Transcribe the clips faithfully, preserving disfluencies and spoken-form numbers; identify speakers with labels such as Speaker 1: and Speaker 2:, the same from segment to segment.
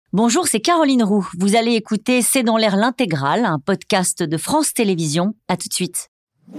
Speaker 1: Bonjour, c'est Caroline Roux. Vous allez écouter C'est dans l'air l'intégrale, un podcast de France Télévisions. À tout de suite.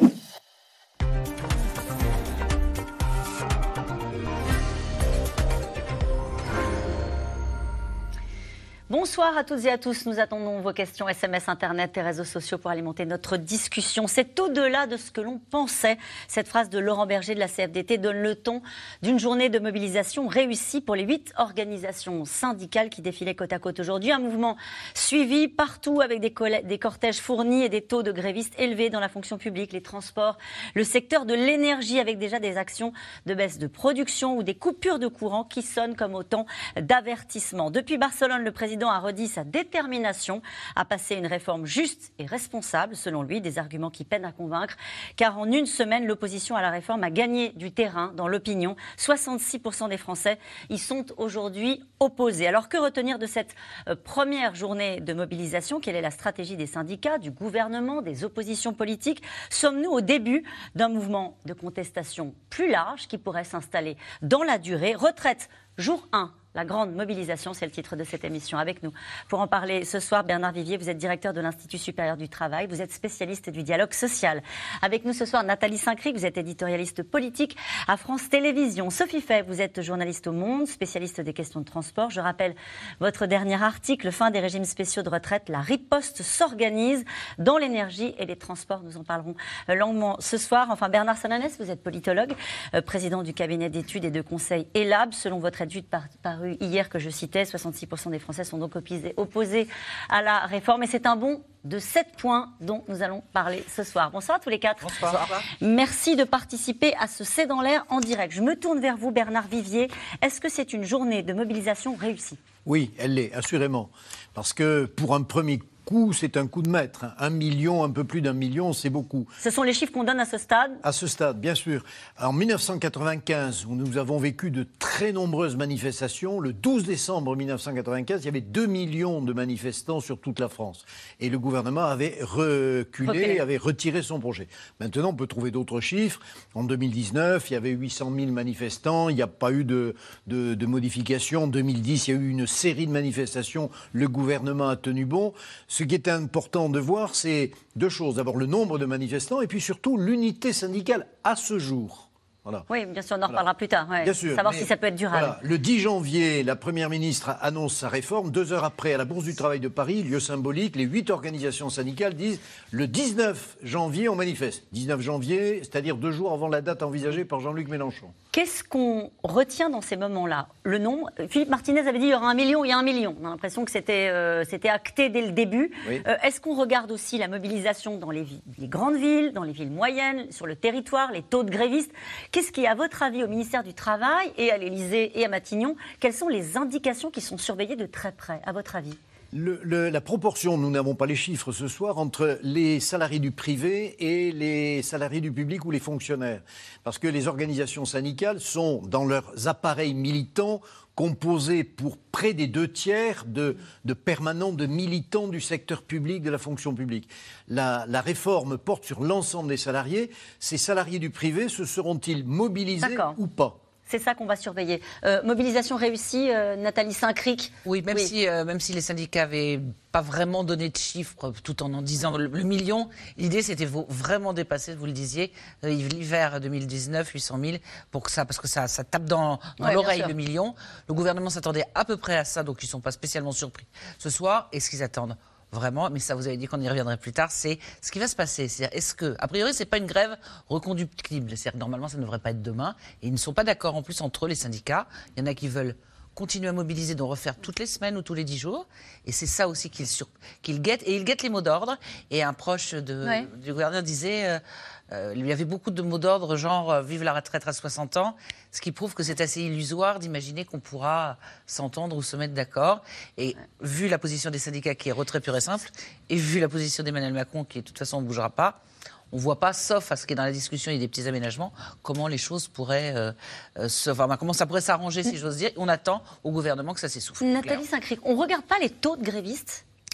Speaker 1: Bonsoir à toutes et à tous. Nous attendons vos questions S M S, Internet et réseaux sociaux pour alimenter notre discussion. C'est au-delà de ce que l'on pensait. Cette phrase de Laurent Berger de la C F D T donne le ton d'une journée de mobilisation réussie pour les huit organisations syndicales qui défilaient côte à côte aujourd'hui. Un mouvement suivi partout avec des, des cortèges fournis et des taux de grévistes élevés dans la fonction publique, les transports, le secteur de l'énergie avec déjà des actions de baisse de production ou des coupures de courant qui sonnent comme autant d'avertissements. Depuis Barcelone, le président a redit sa détermination à passer une réforme juste et responsable, selon lui, des arguments qui peinent à convaincre, car en une semaine, l'opposition à la réforme a gagné du terrain dans l'opinion. soixante-six pour cent des Français y sont aujourd'hui opposés. Alors que retenir de cette première journée de mobilisation? Quelle est la stratégie des syndicats, du gouvernement, des oppositions politiques? Sommes-nous au début d'un mouvement de contestation plus large qui pourrait s'installer dans la durée? Retraite, jour un. La grande mobilisation, c'est le titre de cette émission. Avec nous, pour en parler ce soir, Bernard Vivier, vous êtes directeur de l'Institut supérieur du travail, vous êtes spécialiste du dialogue social. Avec nous ce soir, Nathalie Saint-Cric, vous êtes éditorialiste politique à France Télévisions. Sophie Fay, vous êtes journaliste au Monde, spécialiste des questions de transport. Je rappelle votre dernier article, fin des régimes spéciaux de retraite, la riposte s'organise dans l'énergie et les transports. Nous en parlerons longuement ce soir. Enfin, Bernard Sananès, vous êtes politologue, euh, président du cabinet d'études et de conseil ELAB. Selon votre étude par, par hier que je citais, soixante-six pour cent des Français sont donc opposés à la réforme. Et c'est un bond de sept points dont nous allons parler ce soir. Bonsoir à tous les quatre.
Speaker 2: Bonsoir. Bonsoir.
Speaker 1: Merci de participer à ce C'est dans l'air en direct. Je me tourne vers vous, Bernard Vivier. Est-ce que c'est une journée de mobilisation réussie?
Speaker 2: Oui, elle l'est, assurément. Parce que pour un premier coup, c'est un coup de maître. Un million, un peu plus d'un million, c'est beaucoup.
Speaker 1: Ce sont les chiffres qu'on donne à ce stade?
Speaker 2: À ce stade, bien sûr. En mille neuf cent quatre-vingt-quinze, où nous avons vécu de très nombreuses manifestations, le douze décembre mille neuf cent quatre-vingt-quinze, il y avait deux millions de manifestants sur toute la France. Et le gouvernement avait reculé, okay. avait retiré son projet. Maintenant, on peut trouver d'autres chiffres. En deux mille dix-neuf, il y avait huit cent mille manifestants. Il n'y a pas eu de, de, de modification. En deux mille dix, il y a eu une série de manifestations. Le gouvernement a tenu bon. Ce qui est important de voir, c'est deux choses. D'abord, le nombre de manifestants et puis surtout l'unité syndicale à ce jour. Voilà.
Speaker 1: Oui, bien sûr, on en reparlera voilà. plus tard. Ouais.
Speaker 2: Bien sûr,
Speaker 1: savoir
Speaker 2: mais,
Speaker 1: si ça peut être durable.
Speaker 2: Voilà. Le dix janvier, la Première ministre annonce sa réforme. Deux heures après, à la Bourse du Travail de Paris, lieu symbolique, les huit organisations syndicales disent le dix-neuf janvier, on manifeste. dix-neuf janvier, c'est-à-dire deux jours avant la date envisagée par Jean-Luc Mélenchon.
Speaker 1: Qu'est-ce qu'on retient dans ces moments-là? Le nombre. Philippe Martinez avait dit il y aura un million, il y a un million. On a l'impression que c'était, euh, c'était acté dès le début. Oui. Euh, est-ce qu'on regarde aussi la mobilisation dans les, les grandes villes, dans les villes moyennes, sur le territoire, les taux de grévistes? Qu'est-ce qui, à votre avis, au ministère du Travail et à l'Élysée et à Matignon, quelles sont les indications qui sont surveillées de très près, à votre avis?
Speaker 2: Le, le, la proportion, nous n'avons pas les chiffres ce soir, entre les salariés du privé et les salariés du public ou les fonctionnaires. Parce que les organisations syndicales sont, dans leurs appareils militants, composés pour près des deux tiers de, de permanents, de militants du secteur public, de la fonction publique. La, la réforme porte sur l'ensemble des salariés. Ces salariés du privé, se seront-ils mobilisés D'accord. ou pas ?
Speaker 1: C'est ça qu'on va surveiller. Euh, mobilisation réussie, euh, Nathalie Saint-Cric.
Speaker 3: Oui, même, oui. Si, euh, même si les syndicats n'avaient pas vraiment donné de chiffres, tout en en disant le, le million, l'idée c'était vraiment dépasser, vous le disiez, euh, l'hiver deux mille dix-neuf, huit cent mille, pour que ça, parce que ça, ça tape dans, dans ouais, l'oreille le million. Le gouvernement s'attendait à peu près à ça, donc ils ne sont pas spécialement surpris ce soir. Et ce qu'ils attendent vraiment, mais ça vous avez dit qu'on y reviendrait plus tard, c'est ce qui va se passer. C'est-à-dire, est-ce que, a priori, c'est pas une grève reconductible. C'est-à-dire que normalement, ça ne devrait pas être demain. Et ils ne sont pas d'accord en plus entre eux, les syndicats. Il y en a qui veulent continuer à mobiliser, donc refaire toutes les semaines ou tous les dix jours. Et c'est ça aussi qu'ils, sur... qu'ils guettent. Et ils guettent les mots d'ordre. Et un proche de... ouais. du gouverneur disait... Euh, Euh, il y avait beaucoup de mots d'ordre, genre euh, « vive la retraite à soixante ans », ce qui prouve que c'est assez illusoire d'imaginer qu'on pourra s'entendre ou se mettre d'accord. Et vu la position des syndicats qui est retrait pur et simple, et vu la position d'Emmanuel Macron qui, de toute façon, ne bougera pas, on ne voit pas, sauf à ce qui est dans la discussion, il y a des petits aménagements, comment les choses pourraient euh, euh, se, enfin, comment ça pourrait s'arranger, si j'ose dire. On attend au gouvernement que ça s'essouffle.
Speaker 1: Nathalie Saint-Cric, on ne regarde pas les taux de grévistes?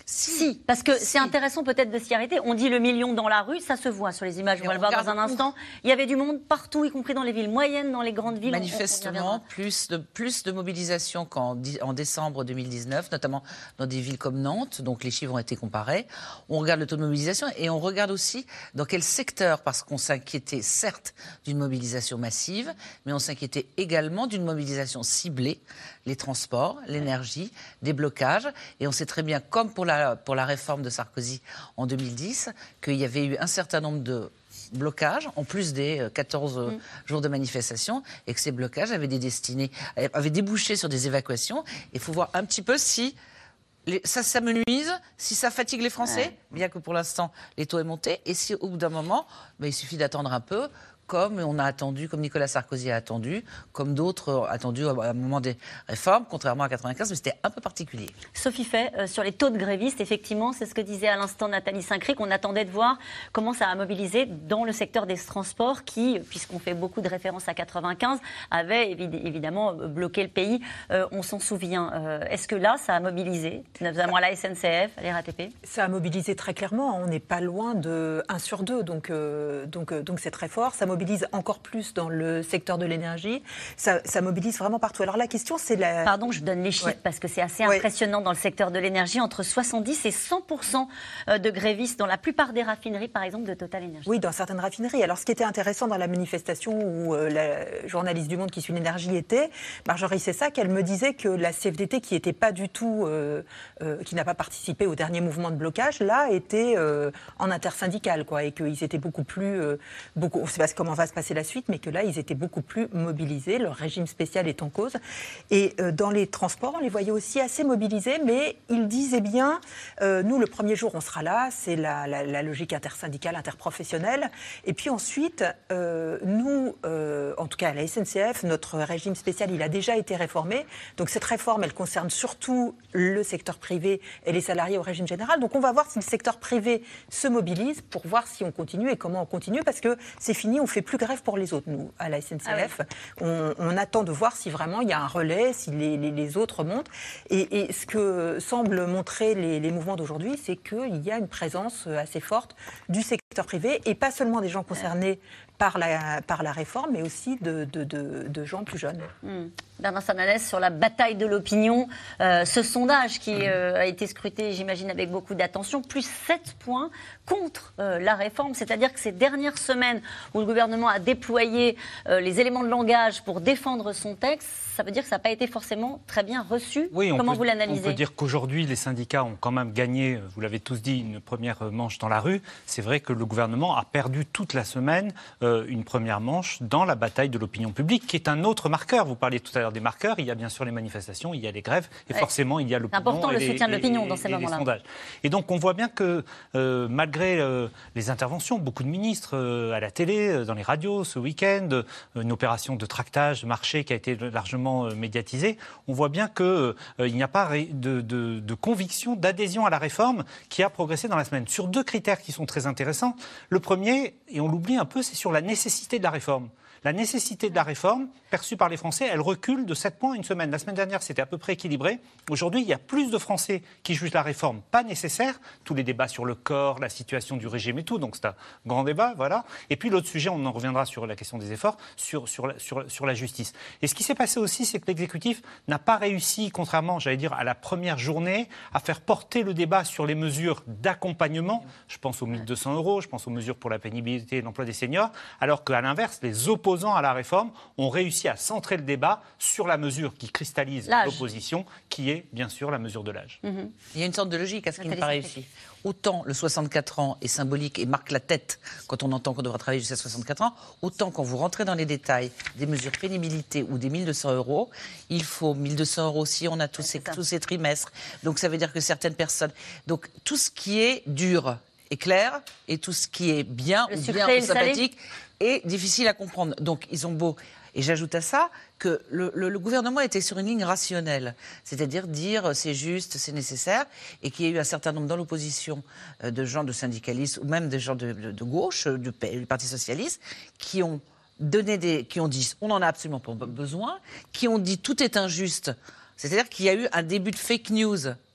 Speaker 1: Si, si parce que si. c'est intéressant peut-être de s'y arrêter. On dit le million dans la rue, ça se voit sur les images, on va le voir dans un instant. Il y avait du monde partout, y compris dans les villes moyennes, dans les grandes villes.
Speaker 3: Manifestement, plus de, plus de mobilisation qu'en en décembre deux mille dix-neuf, notamment dans des villes comme Nantes, donc les chiffres ont été comparés. On regarde le taux de mobilisation et on regarde aussi dans quel secteur, parce qu'on s'inquiétait certes d'une mobilisation massive, mais on s'inquiétait également d'une mobilisation ciblée, les transports, l'énergie, des blocages. Et on sait très bien, comme pour la, pour la réforme de Sarkozy en deux mille dix, qu'il y avait eu un certain nombre de blocages, en plus des quatorze mmh. jours de manifestation, et que ces blocages avaient des destinées, avaient débouché sur des évacuations. Il faut voir un petit peu si les, ça s'amenuise, si ça fatigue les Français, ouais. bien que pour l'instant les taux aient monté, et si au bout d'un moment, ben, il suffit d'attendre un peu, comme on a attendu, comme Nicolas Sarkozy a attendu, comme d'autres ont attendu à un moment des réformes, contrairement à quatre-vingt-quinze, mais c'était un peu particulier.
Speaker 1: Sophie Fay, euh, sur les taux de grévistes, effectivement, c'est ce que disait à l'instant Nathalie Saint-Cric, on attendait de voir comment ça a mobilisé dans le secteur des transports qui, puisqu'on fait beaucoup de références à quatre-vingt-quinze, avait évidemment bloqué le pays, euh, on s'en souvient. Euh, est-ce que là, ça a mobilisé, notamment à la S N C F, à la R A T P ?
Speaker 4: Ça a mobilisé très clairement, on n'est pas loin de un sur deux, donc, euh, donc, euh, donc c'est très fort. Ça mobilise encore plus dans le secteur de l'énergie. Ça, ça mobilise vraiment partout. Alors la question, c'est la...
Speaker 1: Pardon, je donne les chiffres ouais. parce que c'est assez ouais. impressionnant dans le secteur de l'énergie. Entre soixante-dix et cent pour cent de grévistes dans la plupart des raffineries, par exemple, de Total Énergie.
Speaker 4: Oui, dans certaines raffineries. Alors ce qui était intéressant dans la manifestation où euh, la journaliste du Monde qui suit l'énergie était, Marjorie Sessac, elle me disait que la C F D T, qui était pas du tout, euh, euh, qui n'a pas participé au dernier mouvement de blocage, là, était euh, en intersyndical, quoi, et qu'ils étaient beaucoup plus... Euh, beaucoup, on ne sait pas comment va se passer la suite, mais que là, ils étaient beaucoup plus mobilisés. Leur régime spécial est en cause. Et euh, dans les transports, on les voyait aussi assez mobilisés, mais ils disaient bien, euh, nous, le premier jour, on sera là, c'est la, la, la logique intersyndicale, interprofessionnelle. Et puis ensuite, euh, nous, euh, en tout cas à la S N C F, notre régime spécial, il a déjà été réformé. Donc cette réforme, elle concerne surtout le secteur privé et les salariés au régime général. Donc on va voir si le secteur privé se mobilise pour voir si on continue et comment on continue, parce que c'est fini, on ne fait plus grève pour les autres, nous, à la S N C F. Ah oui. on, on attend de voir si vraiment il y a un relais, si les, les, les autres montent. Et, et ce que semblent montrer les, les mouvements d'aujourd'hui, c'est qu'il y a une présence assez forte du secteur privé, et pas seulement des gens concernés par la, par la réforme, mais aussi de, de, de, de gens plus jeunes.
Speaker 1: Mmh. Bernard Sananès, sur la bataille de l'opinion, euh, ce sondage qui euh, a été scruté, j'imagine, avec beaucoup d'attention, plus sept points contre euh, la réforme. C'est-à-dire que ces dernières semaines où le gouvernement a déployé euh, les éléments de langage pour défendre son texte, ça veut dire que ça n'a pas été forcément très bien reçu.
Speaker 5: Oui,
Speaker 1: Comment
Speaker 5: peut,
Speaker 1: vous l'analysez ?
Speaker 5: On peut dire qu'aujourd'hui, les syndicats ont quand même gagné, vous l'avez tous dit, une première manche dans la rue. C'est vrai que le gouvernement a perdu toute la semaine euh, une première manche dans la bataille de l'opinion publique, qui est un autre marqueur. Vous parliez tout à l'heure des marqueurs. Il y a bien sûr les manifestations, il y a les grèves, et ouais. forcément, il y a l'opinion.
Speaker 1: C'est important,
Speaker 5: et
Speaker 1: le
Speaker 5: les,
Speaker 1: soutien de l'opinion
Speaker 5: et,
Speaker 1: dans ces moments-là.
Speaker 5: Sondages. Et donc, on voit bien que, euh, malgré euh, les interventions, beaucoup de ministres euh, à la télé, euh, dans les radios, ce week-end, euh, une opération de tractage de marché qui a été largement euh, médiatisée, on voit bien qu'il euh, n'y a pas de, de, de conviction, d'adhésion à la réforme qui a progressé dans la semaine. Sur deux critères qui sont très intéressants. Le premier, et on l'oublie un peu, c'est sur la nécessité de la réforme. La nécessité de la réforme, perçue par les Français, elle recule de sept points une semaine. La semaine dernière, c'était à peu près équilibré. Aujourd'hui, il y a plus de Français qui jugent la réforme pas nécessaire. Tous les débats sur le corps, la situation du régime et tout, donc c'est un grand débat, voilà. Et puis l'autre sujet, on en reviendra sur la question des efforts, sur, sur, la, sur, sur la justice. Et ce qui s'est passé aussi, c'est que l'exécutif n'a pas réussi, contrairement, j'allais dire, à la première journée, à faire porter le débat sur les mesures d'accompagnement. Je pense aux mille deux cents euros, je pense aux mesures pour la pénibilité et l'emploi des seniors, alors qu'à l'inverse, les opposants à la réforme ont réussi à centrer le débat sur la mesure qui cristallise l'âge. L'opposition, qui est bien sûr la mesure de l'âge.
Speaker 3: Mmh. Il y a une sorte de logique à ce qui n'est pas réussi. Autant le soixante-quatre ans est symbolique et marque la tête quand on entend qu'on devra travailler jusqu'à soixante-quatre ans, autant quand vous rentrez dans les détails des mesures pénibilité ou des mille deux cents euros, il faut mille deux cents euros si on a tous ces, tous ces trimestres. Donc ça veut dire que certaines personnes... Donc tout ce qui est dur est clair, et tout ce qui est bien
Speaker 1: le
Speaker 3: ou bien ou sympathique est difficile à comprendre. Donc ils ont beau... Et j'ajoute à ça que le, le, le gouvernement était sur une ligne rationnelle, c'est-à-dire dire c'est juste, c'est nécessaire, et qu'il y a eu un certain nombre dans l'opposition euh, de gens de syndicalistes, ou même des gens de, de, de gauche, du, du Parti socialiste, qui ont donné des, qui ont dit on n'en a absolument pas besoin, qui ont dit tout est injuste, c'est-à-dire qu'il y a eu un début de fake news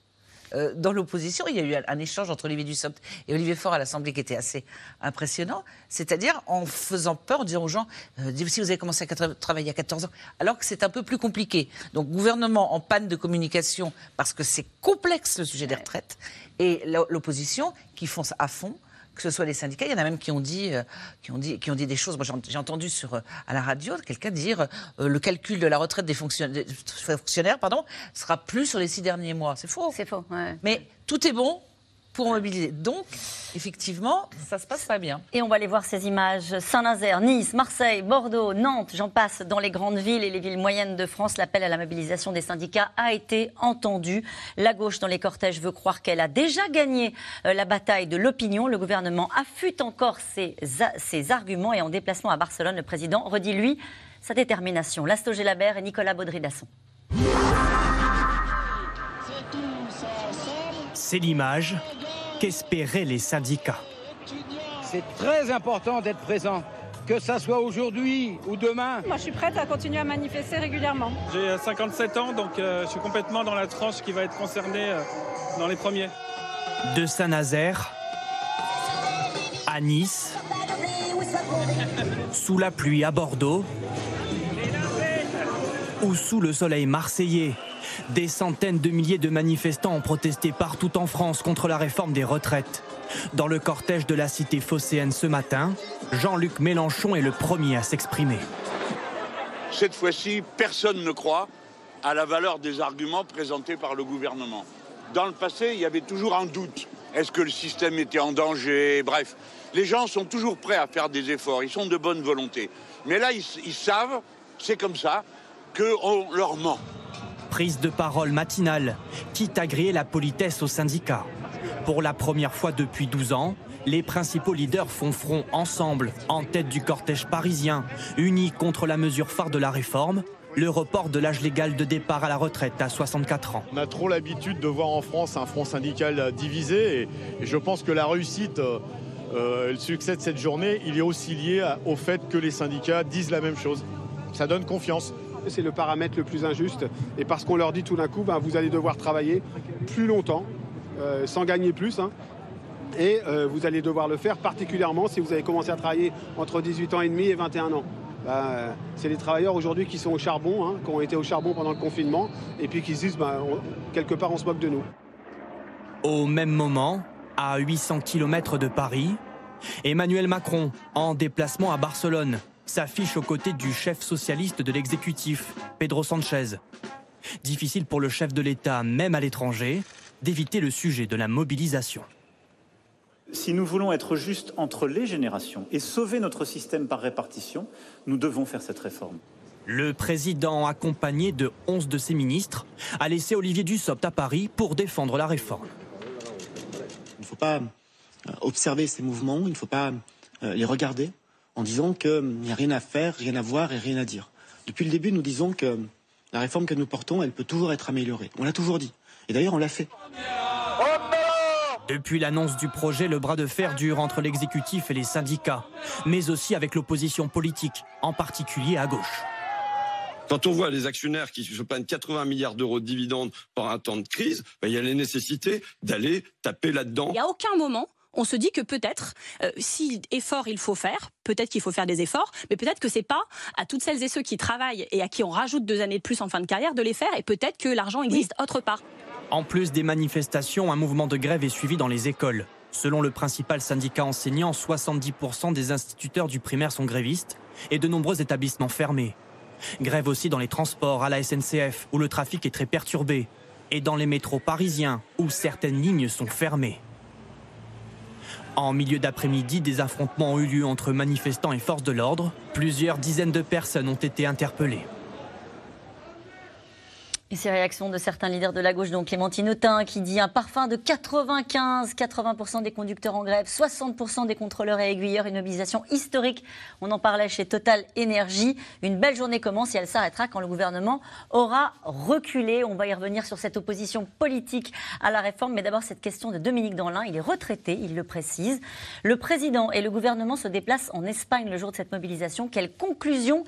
Speaker 3: euh, dans l'opposition, il y a eu un, un échange entre Olivier Dussopt et Olivier Faure à l'Assemblée qui était assez impressionnant, c'est-à-dire en faisant peur, en disant aux gens, euh, si vous avez commencé à travailler à quatorze ans, alors que c'est un peu plus compliqué. Donc gouvernement en panne de communication, parce que c'est complexe le sujet des retraites, et l'opposition qui fonce à fond, que ce soit les syndicats, il y en a même qui ont dit, euh, qui ont dit, qui ont dit des choses. Moi, j'ai entendu sur, euh, à la radio quelqu'un dire euh, le calcul de la retraite des, fonctionn des fonctionnaires pardon, sera plus sur les six derniers mois. C'est faux.
Speaker 1: C'est faux, ouais.
Speaker 3: Mais tout est bon pour mobiliser. Donc, effectivement, ça se passe pas bien.
Speaker 1: Et on va aller voir ces images. Saint-Nazaire, Nice, Marseille, Bordeaux, Nantes, j'en passe. Dans les grandes villes et les villes moyennes de France, l'appel à la mobilisation des syndicats a été entendu. La gauche dans les cortèges veut croire qu'elle a déjà gagné euh, la bataille de l'opinion. Le gouvernement affûte encore ses, ses arguments et en déplacement à Barcelone, le président redit, lui, sa détermination. Lasto Gélabert et Nicolas Baudry-Dasson.
Speaker 6: C'est l'image qu'espéraient les syndicats.
Speaker 7: C'est très important d'être présent, que ça soit aujourd'hui ou demain.
Speaker 8: Moi, je suis prête à continuer à manifester régulièrement.
Speaker 9: J'ai cinquante-sept ans, donc euh, je suis complètement dans la tranche qui va être concernée euh, dans les premiers.
Speaker 6: De Saint-Nazaire à Nice, sous la pluie à Bordeaux ou sous le soleil marseillais. Des centaines de milliers de manifestants ont protesté partout en France contre la réforme des retraites. Dans le cortège de la cité phocéenne ce matin, Jean-Luc Mélenchon est le premier à s'exprimer.
Speaker 10: Cette fois-ci, personne ne croit à la valeur des arguments présentés par le gouvernement. Dans le passé, il y avait toujours un doute. Est-ce que le système était en danger? Bref, les gens sont toujours prêts à faire des efforts, ils sont de bonne volonté. Mais là, ils, ils savent, c'est comme ça, qu'on leur ment.
Speaker 6: Prise de parole matinale, quitte à griller la politesse aux syndicats. Pour la première fois depuis douze ans, les principaux leaders font front ensemble, en tête du cortège parisien, unis contre la mesure phare de la réforme, le report de l'âge légal de départ à la retraite à soixante-quatre ans.
Speaker 11: On a trop l'habitude de voir en France un front syndical divisé et, et je pense que la réussite, euh, le succès de cette journée, il est aussi lié à, au fait que les syndicats disent la même chose. Ça donne confiance.
Speaker 12: C'est le paramètre le plus injuste et parce qu'on leur dit tout d'un coup, ben, vous allez devoir travailler plus longtemps, euh, sans gagner plus. Hein, et euh, vous allez devoir le faire particulièrement si vous avez commencé à travailler entre dix-huit ans et demi et vingt et un ans. Ben, c'est les travailleurs aujourd'hui qui sont au charbon, hein, qui ont été au charbon pendant le confinement et puis qui se disent, ben, on, quelque part on se moque de nous.
Speaker 6: Au même moment, à huit cents kilomètres de Paris, Emmanuel Macron, en déplacement à Barcelone, s'affiche aux côtés du chef socialiste de l'exécutif, Pedro Sánchez. Difficile pour le chef de l'État, même à l'étranger, d'éviter le sujet de la mobilisation.
Speaker 13: Si nous voulons être justes entre les générations et sauver notre système par répartition, nous devons faire cette réforme.
Speaker 6: Le président, accompagné de onze de ses ministres, a laissé Olivier Dussopt à Paris pour défendre la réforme.
Speaker 14: Il ne faut pas observer ces mouvements, il ne faut pas les regarder en disant qu'il n'y a rien à faire, rien à voir et rien à dire. Depuis le début, nous disons que la réforme que nous portons, elle peut toujours être améliorée. On l'a toujours dit. Et d'ailleurs, on l'a fait.
Speaker 6: Depuis l'annonce du projet, le bras de fer dure entre l'exécutif et les syndicats, mais aussi avec l'opposition politique, en particulier à gauche.
Speaker 15: Quand on voit les actionnaires qui se prennent quatre-vingts milliards d'euros de dividendes pendant un temps de crise, ben, il y a la nécessité d'aller taper là-dedans.
Speaker 16: Il n'y a aucun moment on se dit que peut-être, euh, si effort il faut faire, peut-être qu'il faut faire des efforts, mais peut-être que c'est pas à toutes celles et ceux qui travaillent et à qui on rajoute deux années de plus en fin de carrière de les faire, et peut-être que l'argent existe oui. autre part.
Speaker 6: En plus des manifestations, un mouvement de grève est suivi dans les écoles. Selon le principal syndicat enseignant, soixante-dix pour cent des instituteurs du primaire sont grévistes et de nombreux établissements fermés. Grève aussi dans les transports, à la S N C F, où le trafic est très perturbé, et dans les métros parisiens, où certaines lignes sont fermées. En milieu d'après-midi, des affrontements ont eu lieu entre manifestants et forces de l'ordre. Plusieurs dizaines de personnes ont été interpellées.
Speaker 1: Et ces réactions de certains leaders de la gauche, dont Clémentine Autain, qui dit un parfum de quatre-vingt-quinze, quatre-vingts pour cent des conducteurs en grève, soixante pour cent des contrôleurs et aiguilleurs, une mobilisation historique. On en parlait chez Total Énergie. Une belle journée commence et elle s'arrêtera quand le gouvernement aura reculé. On va y revenir sur cette opposition politique à la réforme. Mais d'abord, cette question de Dominique Danlin. Il est retraité, il le précise. Le président et le gouvernement se déplacent en Espagne le jour de cette mobilisation. Quelle conclusion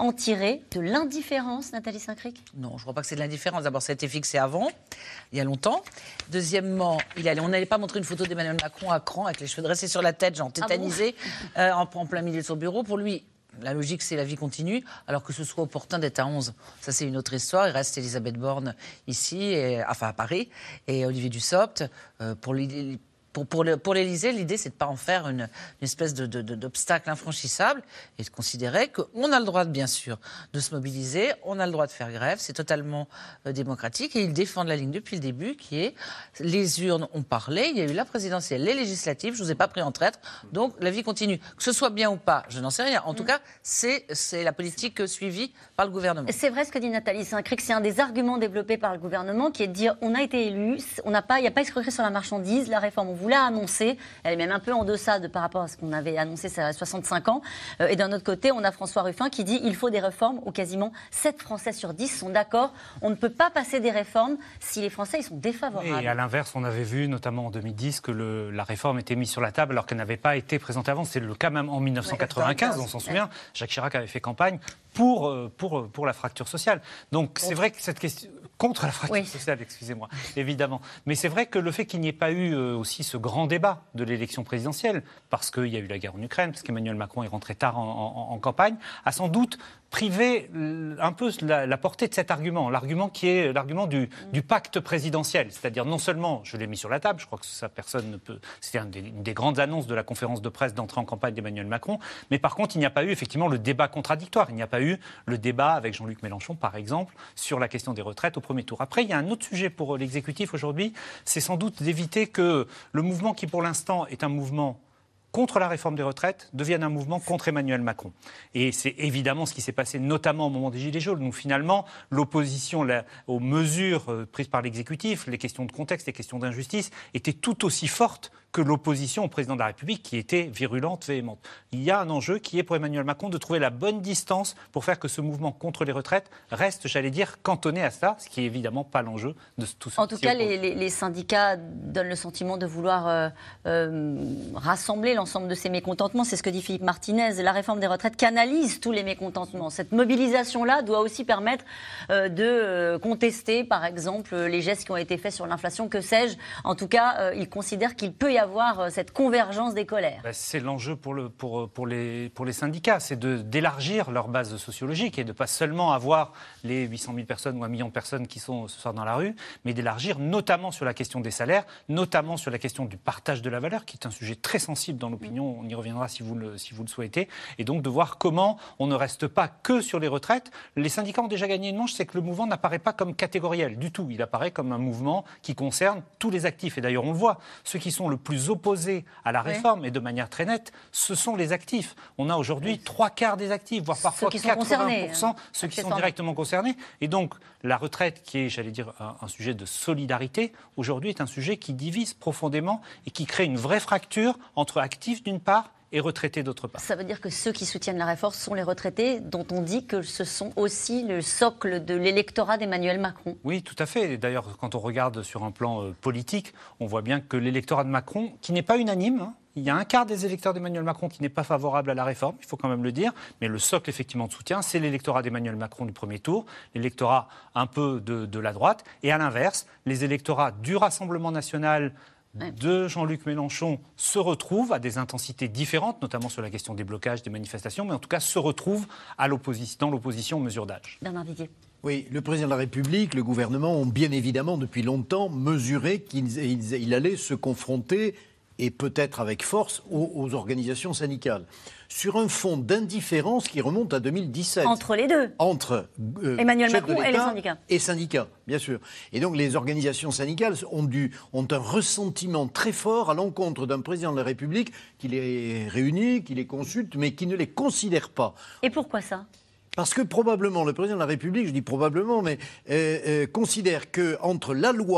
Speaker 1: en tirer de l'indifférence, Nathalie Saint-Cric?
Speaker 3: Non, je ne crois pas que c'est de l'indifférence. D'abord, ça a été fixé avant, il y a longtemps. Deuxièmement, il allait, on n'allait pas montrer une photo d'Emmanuel Macron à cran avec les cheveux dressés sur la tête, genre tétanisé, ah bon euh, en, en plein milieu de son bureau. Pour lui, la logique, c'est la vie continue, alors que ce soit opportun d'être à onze. Ça, c'est une autre histoire. Il reste Elisabeth Borne ici, et, enfin à Paris, et Olivier Dussopt. Euh, pour les, Pour, pour, le, pour l'Élysée, l'idée, c'est de ne pas en faire une, une espèce de, de, de, d'obstacle infranchissable et de considérer qu'on a le droit, bien sûr, de se mobiliser, on a le droit de faire grève, c'est totalement euh, démocratique. Et ils défendent la ligne depuis le début qui est les urnes ont parlé, il y a eu la présidentielle, les législatives, je ne vous ai pas pris en traître, donc la vie continue. Que ce soit bien ou pas, je n'en sais rien. En tout cas, c'est, c'est la politique suivie par le gouvernement.
Speaker 1: C'est vrai ce que dit Nathalie Saint-Cric, c'est un des arguments développés par le gouvernement qui est de dire on a été élu, on n'a pas, il n'y a pas escroquerie sur la marchandise, la réforme on vous l'a annoncée, elle est même un peu en deçà de par rapport à ce qu'on avait annoncé, c'est à soixante-cinq ans. Euh, et d'un autre côté, on a François Ruffin qui dit il faut des réformes où quasiment sept Français sur dix sont d'accord. On ne peut pas passer des réformes si les Français ils sont défavorables.
Speaker 5: Et à l'inverse, on avait vu notamment en deux mille dix que le, la réforme était mise sur la table alors qu'elle n'avait pas été présentée avant. C'est le cas même en mille neuf cent quatre-vingt-quinze, on s'en souvient. Jacques Chirac avait fait campagne pour, pour, pour la fracture sociale. Donc c'est vrai que cette question... Contre la fracture oui. sociale, excusez-moi, évidemment. Mais c'est vrai que le fait qu'il n'y ait pas eu euh, aussi ce grand débat de l'élection présidentielle, parce qu'il y a eu la guerre en Ukraine, parce qu'Emmanuel Macron est rentré tard en, en, en campagne, a sans doute privé un peu la, la portée de cet argument, l'argument qui est l'argument du, du pacte présidentiel. C'est-à-dire non seulement, je l'ai mis sur la table, je crois que ça personne ne peut... C'était une des, une des grandes annonces de la conférence de presse d'entrée en campagne d'Emmanuel Macron, mais par contre, il n'y a pas eu effectivement le débat contradictoire. Il n'y a pas eu le débat avec Jean-Luc Mélenchon, par exemple, sur la question des retraites au premier tour. Après, il y a un autre sujet pour l'exécutif aujourd'hui, c'est sans doute d'éviter que le mouvement qui, pour l'instant, est un mouvement contre la réforme des retraites, devienne un mouvement contre Emmanuel Macron. Et c'est évidemment ce qui s'est passé, notamment au moment des Gilets jaunes, où finalement, l'opposition la, aux mesures prises par l'exécutif, les questions de contexte, les questions d'injustice, étaient tout aussi fortes que l'opposition au président de la République, qui était virulente, véhémente. Il y a un enjeu qui est pour Emmanuel Macron de trouver la bonne distance pour faire que ce mouvement contre les retraites reste, j'allais dire, cantonné à ça, ce qui est évidemment pas l'enjeu de tout ça.
Speaker 1: En tout cas, les, les, les syndicats donnent le sentiment de vouloir euh, euh, rassembler l'ensemble de ces mécontentements. C'est ce que dit Philippe Martinez. La réforme des retraites canalise tous les mécontentements. Cette mobilisation-là doit aussi permettre euh, de euh, contester, par exemple, les gestes qui ont été faits sur l'inflation, que sais-je. En tout cas, euh, il considère qu'il peut y avoir cette convergence des colères.
Speaker 5: Ben, c'est l'enjeu pour, le, pour, pour, les, pour les syndicats, c'est de, d'élargir leur base sociologique et de ne pas seulement avoir les huit cent mille personnes ou un million de personnes qui sont ce soir dans la rue, mais d'élargir notamment sur la question des salaires, notamment sur la question du partage de la valeur, qui est un sujet très sensible dans l'opinion, on y reviendra si vous le, si vous le souhaitez, et donc de voir comment on ne reste pas que sur les retraites. Les syndicats ont déjà gagné une manche, c'est que le mouvement n'apparaît pas comme catégoriel du tout, il apparaît comme un mouvement qui concerne tous les actifs, et d'ailleurs on le voit, ceux qui sont le plus opposés à la réforme, oui. et de manière très nette, ce sont les actifs. On a aujourd'hui trois quarts des actifs, voire parfois quatre-vingts pour cent, ceux qui sont directement concernés. Et donc, la retraite, qui est, j'allais dire, un, un sujet de solidarité, aujourd'hui est un sujet qui divise profondément et qui crée une vraie fracture entre actifs d'une part et retraités d'autre part.
Speaker 1: Ça veut dire que ceux qui soutiennent la réforme sont les retraités, dont on dit que ce sont aussi le socle de l'électorat d'Emmanuel Macron.
Speaker 5: Oui, tout à fait. D'ailleurs, quand on regarde sur un plan euh, politique, on voit bien que l'électorat de Macron, qui n'est pas unanime, hein, il y a un quart des électeurs d'Emmanuel Macron qui n'est pas favorable à la réforme, il faut quand même le dire, mais le socle effectivement de soutien, c'est l'électorat d'Emmanuel Macron du premier tour, l'électorat un peu de, de la droite, et à l'inverse, les électorats du Rassemblement national de Jean-Luc Mélenchon se retrouvent à des intensités différentes, notamment sur la question des blocages, des manifestations, mais en tout cas se retrouvent à l'opposition, dans l'opposition aux mesures d'âge.
Speaker 1: Bernard Didier.
Speaker 2: Oui, le président de la République, le gouvernement ont bien évidemment depuis longtemps mesuré qu'il il, il allait se confronter, et peut-être avec force, aux, aux organisations syndicales. Sur un fond d'indifférence qui remonte à deux mille dix-sept.
Speaker 1: Entre les deux.
Speaker 2: Entre
Speaker 1: euh, Emmanuel Macron et les syndicats.
Speaker 2: Et syndicats, bien sûr. Et donc les organisations syndicales ont, dû, ont un ressentiment très fort à l'encontre d'un président de la République qui les réunit, qui les consulte, mais qui ne les considère pas.
Speaker 1: Et pourquoi ça ?
Speaker 2: Parce que probablement le président de la République, je dis probablement, mais euh, euh, considère qu'entre la loi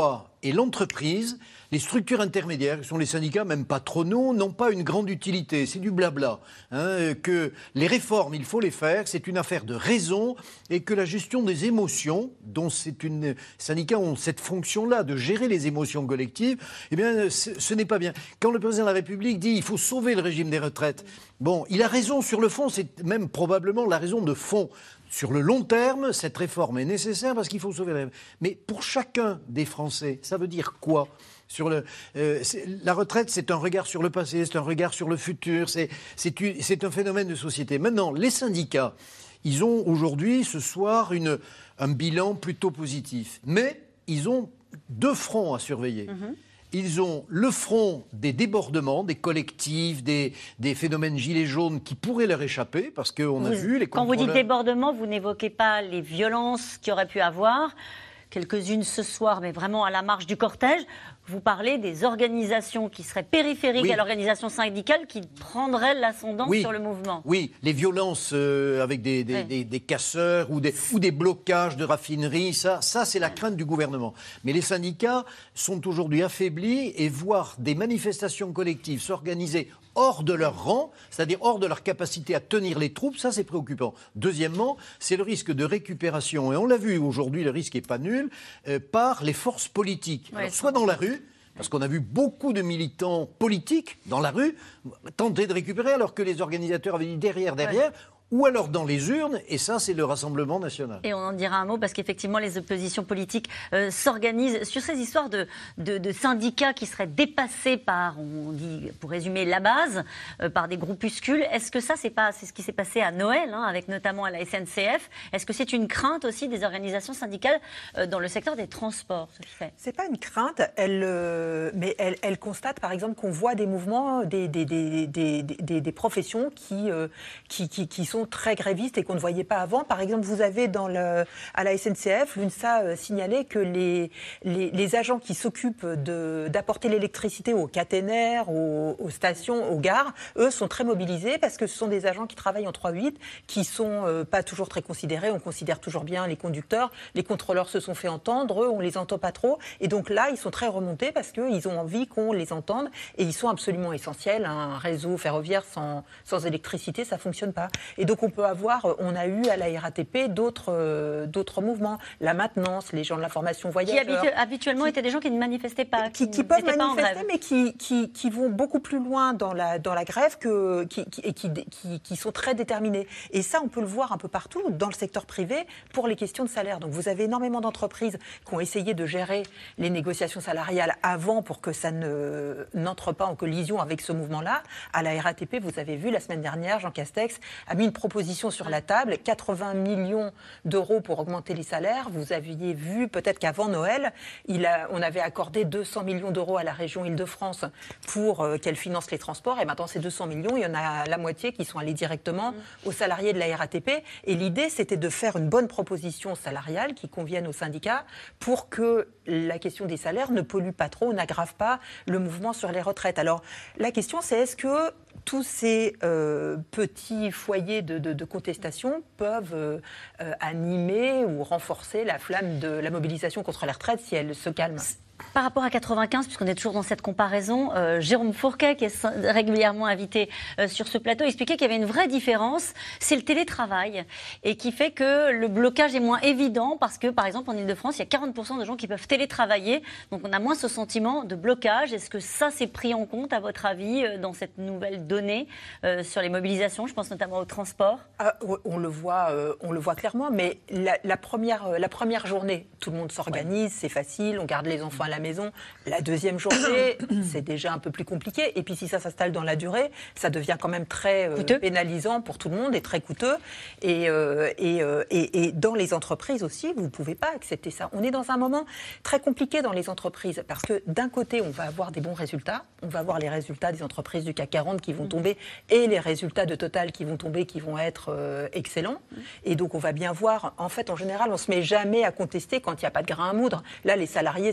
Speaker 2: et l'entreprise, les structures intermédiaires, qui sont les syndicats, même patronaux, n'ont pas une grande utilité. C'est du blabla. Hein, que les réformes, il faut les faire, c'est une affaire de raison, et que la gestion des émotions, dont c'est une... les syndicats ont cette fonction-là, de gérer les émotions collectives, eh bien, ce, ce n'est pas bien. Quand le président de la République dit qu'il faut sauver le régime des retraites, bon, il a raison sur le fond, c'est même probablement la raison de fond. Sur le long terme, cette réforme est nécessaire parce qu'il faut sauver la... Mais pour chacun des Français, ça veut dire quoi ? Sur le, euh, la retraite, c'est un regard sur le passé, c'est un regard sur le futur, c'est, c'est, c'est un phénomène de société. Maintenant, les syndicats, ils ont aujourd'hui, ce soir, une, un bilan plutôt positif. Mais ils ont deux fronts à surveiller. Mmh. Ils ont le front des débordements, des collectifs, des, des phénomènes gilets jaunes qui pourraient leur échapper, parce qu'on a
Speaker 1: vous,
Speaker 2: vu les
Speaker 1: Quand vous dites débordements, vous n'évoquez pas les violences qu'il y aurait pu avoir, quelques-unes ce soir, mais vraiment à la marge du cortège. Vous parlez des organisations qui seraient périphériques oui. à l'organisation syndicale qui prendraient l'ascendant
Speaker 2: oui.
Speaker 1: sur le mouvement.
Speaker 2: Oui, les violences euh, avec des, des, oui. des, des casseurs ou des, ou des blocages de raffineries, ça, ça c'est la crainte du gouvernement. Mais les syndicats sont aujourd'hui affaiblis et voir des manifestations collectives s'organiser hors de leur rang, c'est-à-dire hors de leur capacité à tenir les troupes, ça c'est préoccupant. Deuxièmement, c'est le risque de récupération, et on l'a vu aujourd'hui, le risque n'est pas nul, euh, par les forces politiques.
Speaker 1: Ouais,
Speaker 2: Alors, soit dans la rue, parce qu'on a vu beaucoup de militants politiques dans la rue tenter de récupérer, alors que les organisateurs avaient dit derrière, derrière, ouais. ou alors dans les urnes, et ça, c'est le Rassemblement national.
Speaker 1: Et on en dira un mot, parce qu'effectivement, les oppositions politiques euh, s'organisent sur ces histoires de, de, de syndicats qui seraient dépassés par, on dit, pour résumer, la base, euh, par des groupuscules. Est-ce que ça, c'est pas, c'est ce qui s'est passé à Noël, hein, avec notamment à la S N C F? Est-ce que c'est une crainte aussi des organisations syndicales euh, dans le secteur des transports, ce qui fait?
Speaker 4: C'est pas une crainte, elle, euh, mais elle, elle constate, par exemple, qu'on voit des mouvements, des, des, des, des, des, des professions qui, euh, qui, qui, qui sont très grévistes et qu'on ne voyait pas avant. Par exemple, vous avez dans le, à la S N C F, l'U N S A euh, signalé que les, les, les agents qui s'occupent de, d'apporter l'électricité aux caténaires, aux, aux stations, aux gares, eux sont très mobilisés parce que ce sont des agents qui travaillent en trois huit, qui sont euh, pas toujours très considérés. On considère toujours bien les conducteurs. Les contrôleurs se sont fait entendre. Eux, on les entend pas trop. Et donc là, ils sont très remontés parce qu'ils ont envie qu'on les entende et ils sont absolument essentiels. Un réseau ferroviaire sans, sans électricité, ça fonctionne pas. Et donc on peut avoir, on a eu à la R A T P d'autres, euh, d'autres mouvements, la maintenance, les gens de la formation voyageurs.
Speaker 1: Qui habitu- habituellement qui, étaient des gens qui ne manifestaient pas.
Speaker 4: Qui, qui, qui peuvent manifester, mais qui, qui, qui vont beaucoup plus loin dans la, dans la grève que, qui, qui, et qui, qui, qui sont très déterminés. Et ça, on peut le voir un peu partout, dans le secteur privé, pour les questions de salaire. Donc vous avez énormément d'entreprises qui ont essayé de gérer les négociations salariales avant pour que ça ne, n'entre pas en collision avec ce mouvement-là. À la R A T P, vous avez vu, la semaine dernière, Jean Castex a mis une proposition sur la table, quatre-vingts millions d'euros pour augmenter les salaires. Vous aviez vu, peut-être qu'avant Noël, il a, on avait accordé deux cents millions d'euros à la région Île-de-France pour euh, qu'elle finance les transports. Et maintenant, ces deux cents millions, il y en a la moitié qui sont allés directement aux salariés de la R A T P. Et l'idée, c'était de faire une bonne proposition salariale qui convienne aux syndicats pour que la question des salaires ne pollue pas trop, n'aggrave pas le mouvement sur les retraites. Alors, la question, c'est est-ce que tous ces euh, petits foyers de, de, de contestation peuvent euh, euh, animer ou renforcer la flamme de la mobilisation contre les retraites si elle se calme?
Speaker 1: Par rapport à quatre-vingt-quinze, puisqu'on est toujours dans cette comparaison, euh, Jérôme Fourquet, qui est régulièrement invité euh, sur ce plateau, expliquait qu'il y avait une vraie différence, c'est le télétravail, et qui fait que le blocage est moins évident, parce que, par exemple, en Ile-de-France, il y a quarante pour cent de gens qui peuvent télétravailler, donc on a moins ce sentiment de blocage. Est-ce que ça, c'est pris en compte, à votre avis, euh, dans cette nouvelle donnée euh, sur les mobilisations? Je pense notamment au transport.
Speaker 4: Ah, on, le voit, euh, on le voit clairement, mais la, la, première, la première journée, tout le monde s'organise, ouais. C'est facile, on garde les enfants à la maison. La deuxième journée, c'est déjà un peu plus compliqué. Et puis si ça s'installe dans la durée, ça devient quand même très euh, pénalisant pour tout le monde et très coûteux. Et, euh, et, euh, et, et dans les entreprises aussi, vous ne pouvez pas accepter ça. On est dans un moment très compliqué dans les entreprises parce que d'un côté, on va avoir des bons résultats. On va avoir les résultats des entreprises du C A C quarante qui vont tomber et les résultats de Total qui vont tomber, qui vont être euh, excellents. Et donc on va bien voir, en fait, en général, on ne se met jamais à contester quand il n'y a pas de grain à moudre. Là, les salariés savent bien.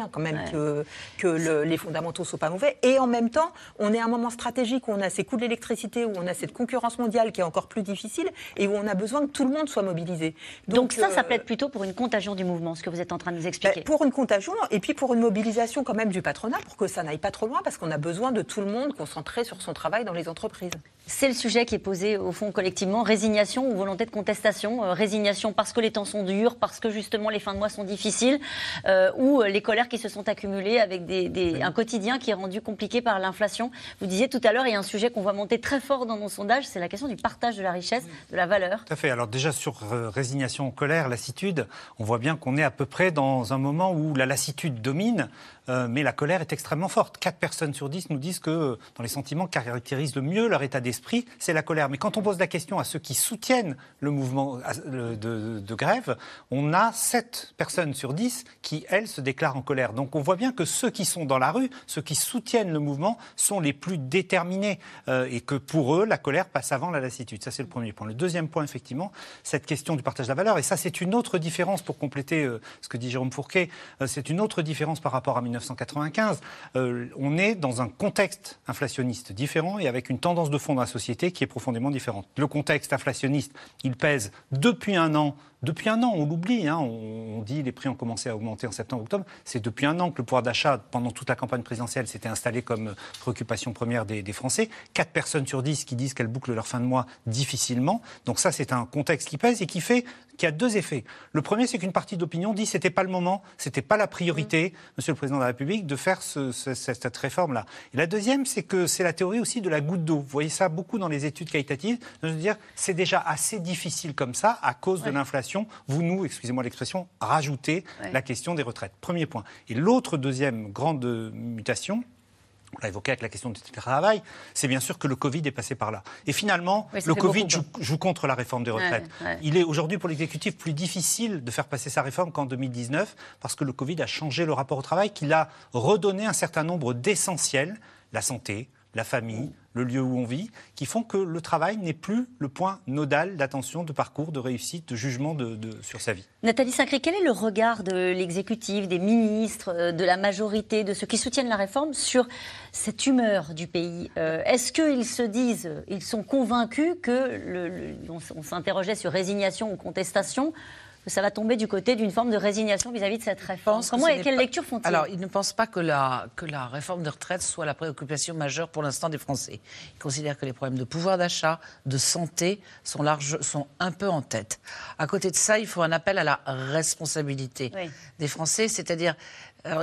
Speaker 4: bien quand même
Speaker 1: ouais.
Speaker 4: que, que le, les fondamentaux ne soient pas mauvais. Et en même temps, on est à un moment stratégique où on a ces coûts de l'électricité, où on a cette concurrence mondiale qui est encore plus difficile et où on a besoin que tout le monde soit mobilisé.
Speaker 1: Donc, Donc ça,
Speaker 4: euh,
Speaker 1: ça plaide plutôt pour une contagion du mouvement, ce que vous êtes en train de nous expliquer.
Speaker 4: Ben, pour une contagion et puis pour une mobilisation quand même du patronat pour que ça n'aille pas trop loin parce qu'on a besoin de tout le monde concentré sur son travail dans les entreprises.
Speaker 1: C'est le sujet qui est posé au fond collectivement, résignation ou volonté de contestation. Euh, résignation parce que les temps sont durs, parce que justement les fins de mois sont difficiles, euh, ou les colères qui se sont accumulées avec des, des, oui. un quotidien qui est rendu compliqué par l'inflation. Vous disiez tout à l'heure, il y a un sujet qu'on voit monter très fort dans nos sondages, c'est la question du partage de la richesse, de la valeur.
Speaker 5: Tout à fait. Alors déjà sur euh, résignation, colère, lassitude, on voit bien qu'on est à peu près dans un moment où la lassitude domine, euh, mais la colère est extrêmement forte. Quatre personnes sur dix nous disent que euh, dans les sentiments qui caractérisent le mieux leur état d'esprit, c'est la colère. Mais quand on pose la question à ceux qui soutiennent le mouvement de, de, de grève, on a sept personnes sur dix qui, elles, se déclarent en colère. Donc on voit bien que ceux qui sont dans la rue, ceux qui soutiennent le mouvement, sont les plus déterminés euh, et que pour eux, la colère passe avant la lassitude. Ça, c'est le premier point. Le deuxième point, effectivement, cette question du partage de la valeur. Et ça, c'est une autre différence, pour compléter euh, ce que dit Jérôme Fourquet, euh, c'est une autre différence par rapport à mille neuf cent quatre-vingt-quinze. Euh, on est dans un contexte inflationniste différent et avec une tendance de fond dans la société qui est profondément différente. Le contexte inflationniste, il pèse depuis un an Depuis un an, on l'oublie, hein, on, on dit les prix ont commencé à augmenter en septembre-octobre. C'est depuis un an que le pouvoir d'achat, pendant toute la campagne présidentielle, s'était installé comme préoccupation première des, des Français. Quatre personnes sur dix qui disent qu'elles bouclent leur fin de mois difficilement. Donc ça, c'est un contexte qui pèse et qui fait qu'il y a deux effets. Le premier, c'est qu'une partie de l'opinion dit que ce n'était pas le moment, ce n'était pas la priorité, mmh. Monsieur le Président de la République, de faire ce, ce, cette réforme-là. Et la deuxième, c'est que c'est la théorie aussi de la goutte d'eau. Vous voyez ça beaucoup dans les études qualitatives, de se dire c'est déjà assez difficile comme ça à cause ouais. de l'inflation. Vous nous, excusez-moi l'expression, rajoutez ouais. la question des retraites. Premier point. Et l'autre deuxième grande mutation, on l'a évoqué avec la question du travail, c'est bien sûr que le Covid est passé par là. Et finalement, oui, le Covid joue, joue contre la réforme des retraites. Ouais, ouais. Il est aujourd'hui pour l'exécutif plus difficile de faire passer sa réforme qu'en deux mille dix-neuf, parce que le Covid a changé le rapport au travail, qu'il a redonné un certain nombre d'essentiels, la santé, la famille, le lieu où on vit, qui font que le travail n'est plus le point nodal d'attention, de parcours, de réussite, de jugement de, de, sur sa vie.
Speaker 1: Nathalie Sacré, quel est le regard de l'exécutif, des ministres, de la majorité, de ceux qui soutiennent la réforme sur cette humeur du pays ? euh, Est-ce qu'ils se disent, ils sont convaincus que, le, le, on, on s'interrogeait sur résignation ou contestation, que ça va tomber du côté d'une forme de résignation vis-à-vis de cette réforme. Comment et quelle
Speaker 3: pas...
Speaker 1: lecture font-ils ?
Speaker 3: Alors, ils ne pensent pas que la, que la réforme des retraites soit la préoccupation majeure pour l'instant des Français. Ils considèrent que les problèmes de pouvoir d'achat, de santé sont, large, sont un peu en tête. À côté de ça, il faut un appel à la responsabilité oui. des Français, c'est-à-dire... Alors,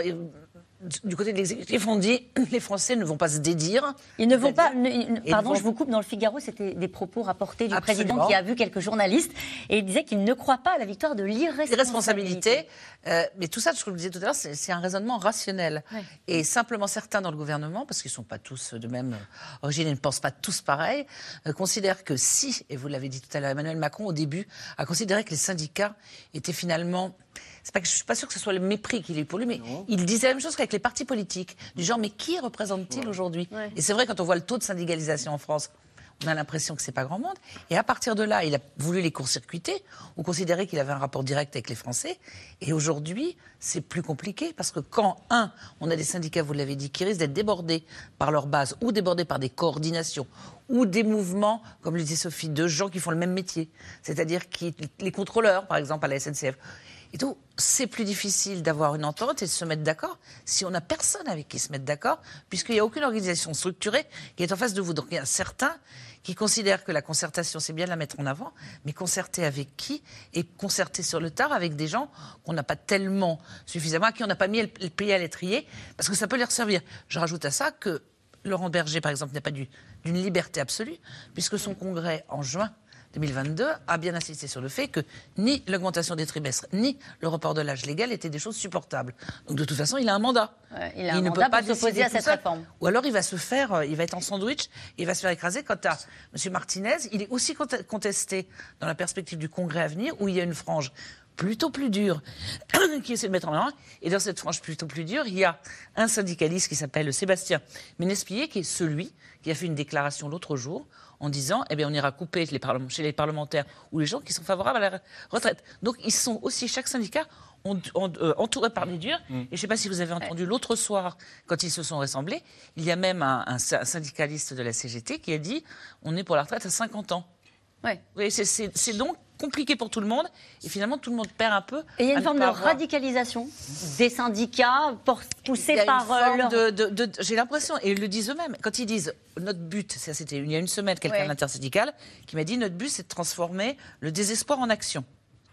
Speaker 3: du côté de l'exécutif, on dit les Français ne vont pas se dédire.
Speaker 1: Ils ne vont pas. Ne, pardon,
Speaker 3: vont...
Speaker 1: je vous coupe. Dans le Figaro, c'était des propos rapportés du
Speaker 3: Absolument.
Speaker 1: président qui a vu quelques journalistes et il disait qu'il ne croit pas à la victoire de l'irresponsabilité.
Speaker 3: L'irresponsabilité. Euh, mais tout ça, ce que je vous disais tout à l'heure, c'est, c'est un raisonnement rationnel. Ouais. Et simplement certains dans le gouvernement, parce qu'ils ne sont pas tous de même origine et ne pensent pas tous pareil, euh, considèrent que si, et vous l'avez dit tout à l'heure, Emmanuel Macron au début a considéré que les syndicats étaient finalement. C'est pas que je suis pas sûre que ce soit le mépris qu'il ait pour lui, mais non. Il disait la même chose qu'avec les partis politiques, du genre mais qui représente-t-il ouais. aujourd'hui ouais. Et c'est vrai quand on voit le taux de syndicalisation en France, on a l'impression que c'est pas grand monde. Et à partir de là, il a voulu les court-circuiter ou considérer qu'il avait un rapport direct avec les Français. Et aujourd'hui, c'est plus compliqué parce que quand un, on a des syndicats, vous l'avez dit, qui risquent d'être débordés par leur base ou débordés par des coordinations ou des mouvements, comme le disait Sophie, de gens qui font le même métier, c'est-à-dire qui, les contrôleurs, par exemple, à la S N C F. Et tout, c'est plus difficile d'avoir une entente et de se mettre d'accord si on n'a personne avec qui se mettre d'accord, puisqu'il n'y a aucune organisation structurée qui est en face de vous. Donc il y a certains qui considèrent que la concertation, c'est bien de la mettre en avant, mais concerter avec qui ? Et concerter sur le tard avec des gens qu'on n'a pas tellement suffisamment, à qui on n'a pas mis le pied à l'étrier, parce que ça peut leur servir. Je rajoute à ça que Laurent Berger, par exemple, n'est pas du, d'une liberté absolue, puisque son congrès en juin deux mille vingt-deux a bien insisté sur le fait que ni l'augmentation des trimestres, ni le report de l'âge légal étaient des choses supportables. Donc de toute façon, il a un mandat.
Speaker 1: Ouais, il a il un ne mandat peut pas s'opposer à cette seul. réforme.
Speaker 3: Ou alors il va se faire, il va être en sandwich, il va se faire écraser. Quant à M. Martinez, il est aussi contesté dans la perspective du congrès à venir, où il y a une frange plutôt plus dure qui essaie de mettre en avant. Et dans cette frange plutôt plus dure, il y a un syndicaliste qui s'appelle Sébastien Ménespillet, qui est celui qui a fait une déclaration l'autre jour en disant eh bien, on ira couper les parlementaires, chez les parlementaires ou les gens qui sont favorables à la retraite. Donc, ils sont aussi, chaque syndicat on, on, euh, entourés par les durs.
Speaker 5: Mm.
Speaker 3: Et je ne sais pas si vous avez entendu l'autre soir, quand ils se sont rassemblés, il y a même un, un, un syndicaliste de la C G T qui a dit on est pour la retraite à cinquante ans.
Speaker 1: Ouais.
Speaker 3: Oui, c'est, c'est, c'est donc compliqué pour tout le monde. Et finalement, tout le monde perd un peu.
Speaker 1: Et il y a une forme de
Speaker 3: avoir...
Speaker 1: radicalisation des syndicats poussés par
Speaker 3: euh,
Speaker 1: leur...
Speaker 3: de, de, de, j'ai l'impression, et ils le disent eux-mêmes, quand ils disent notre but, ça c'était il y a une semaine, quelqu'un
Speaker 1: ouais.
Speaker 3: de l'intersyndicale qui m'a dit notre but c'est de transformer le désespoir en action.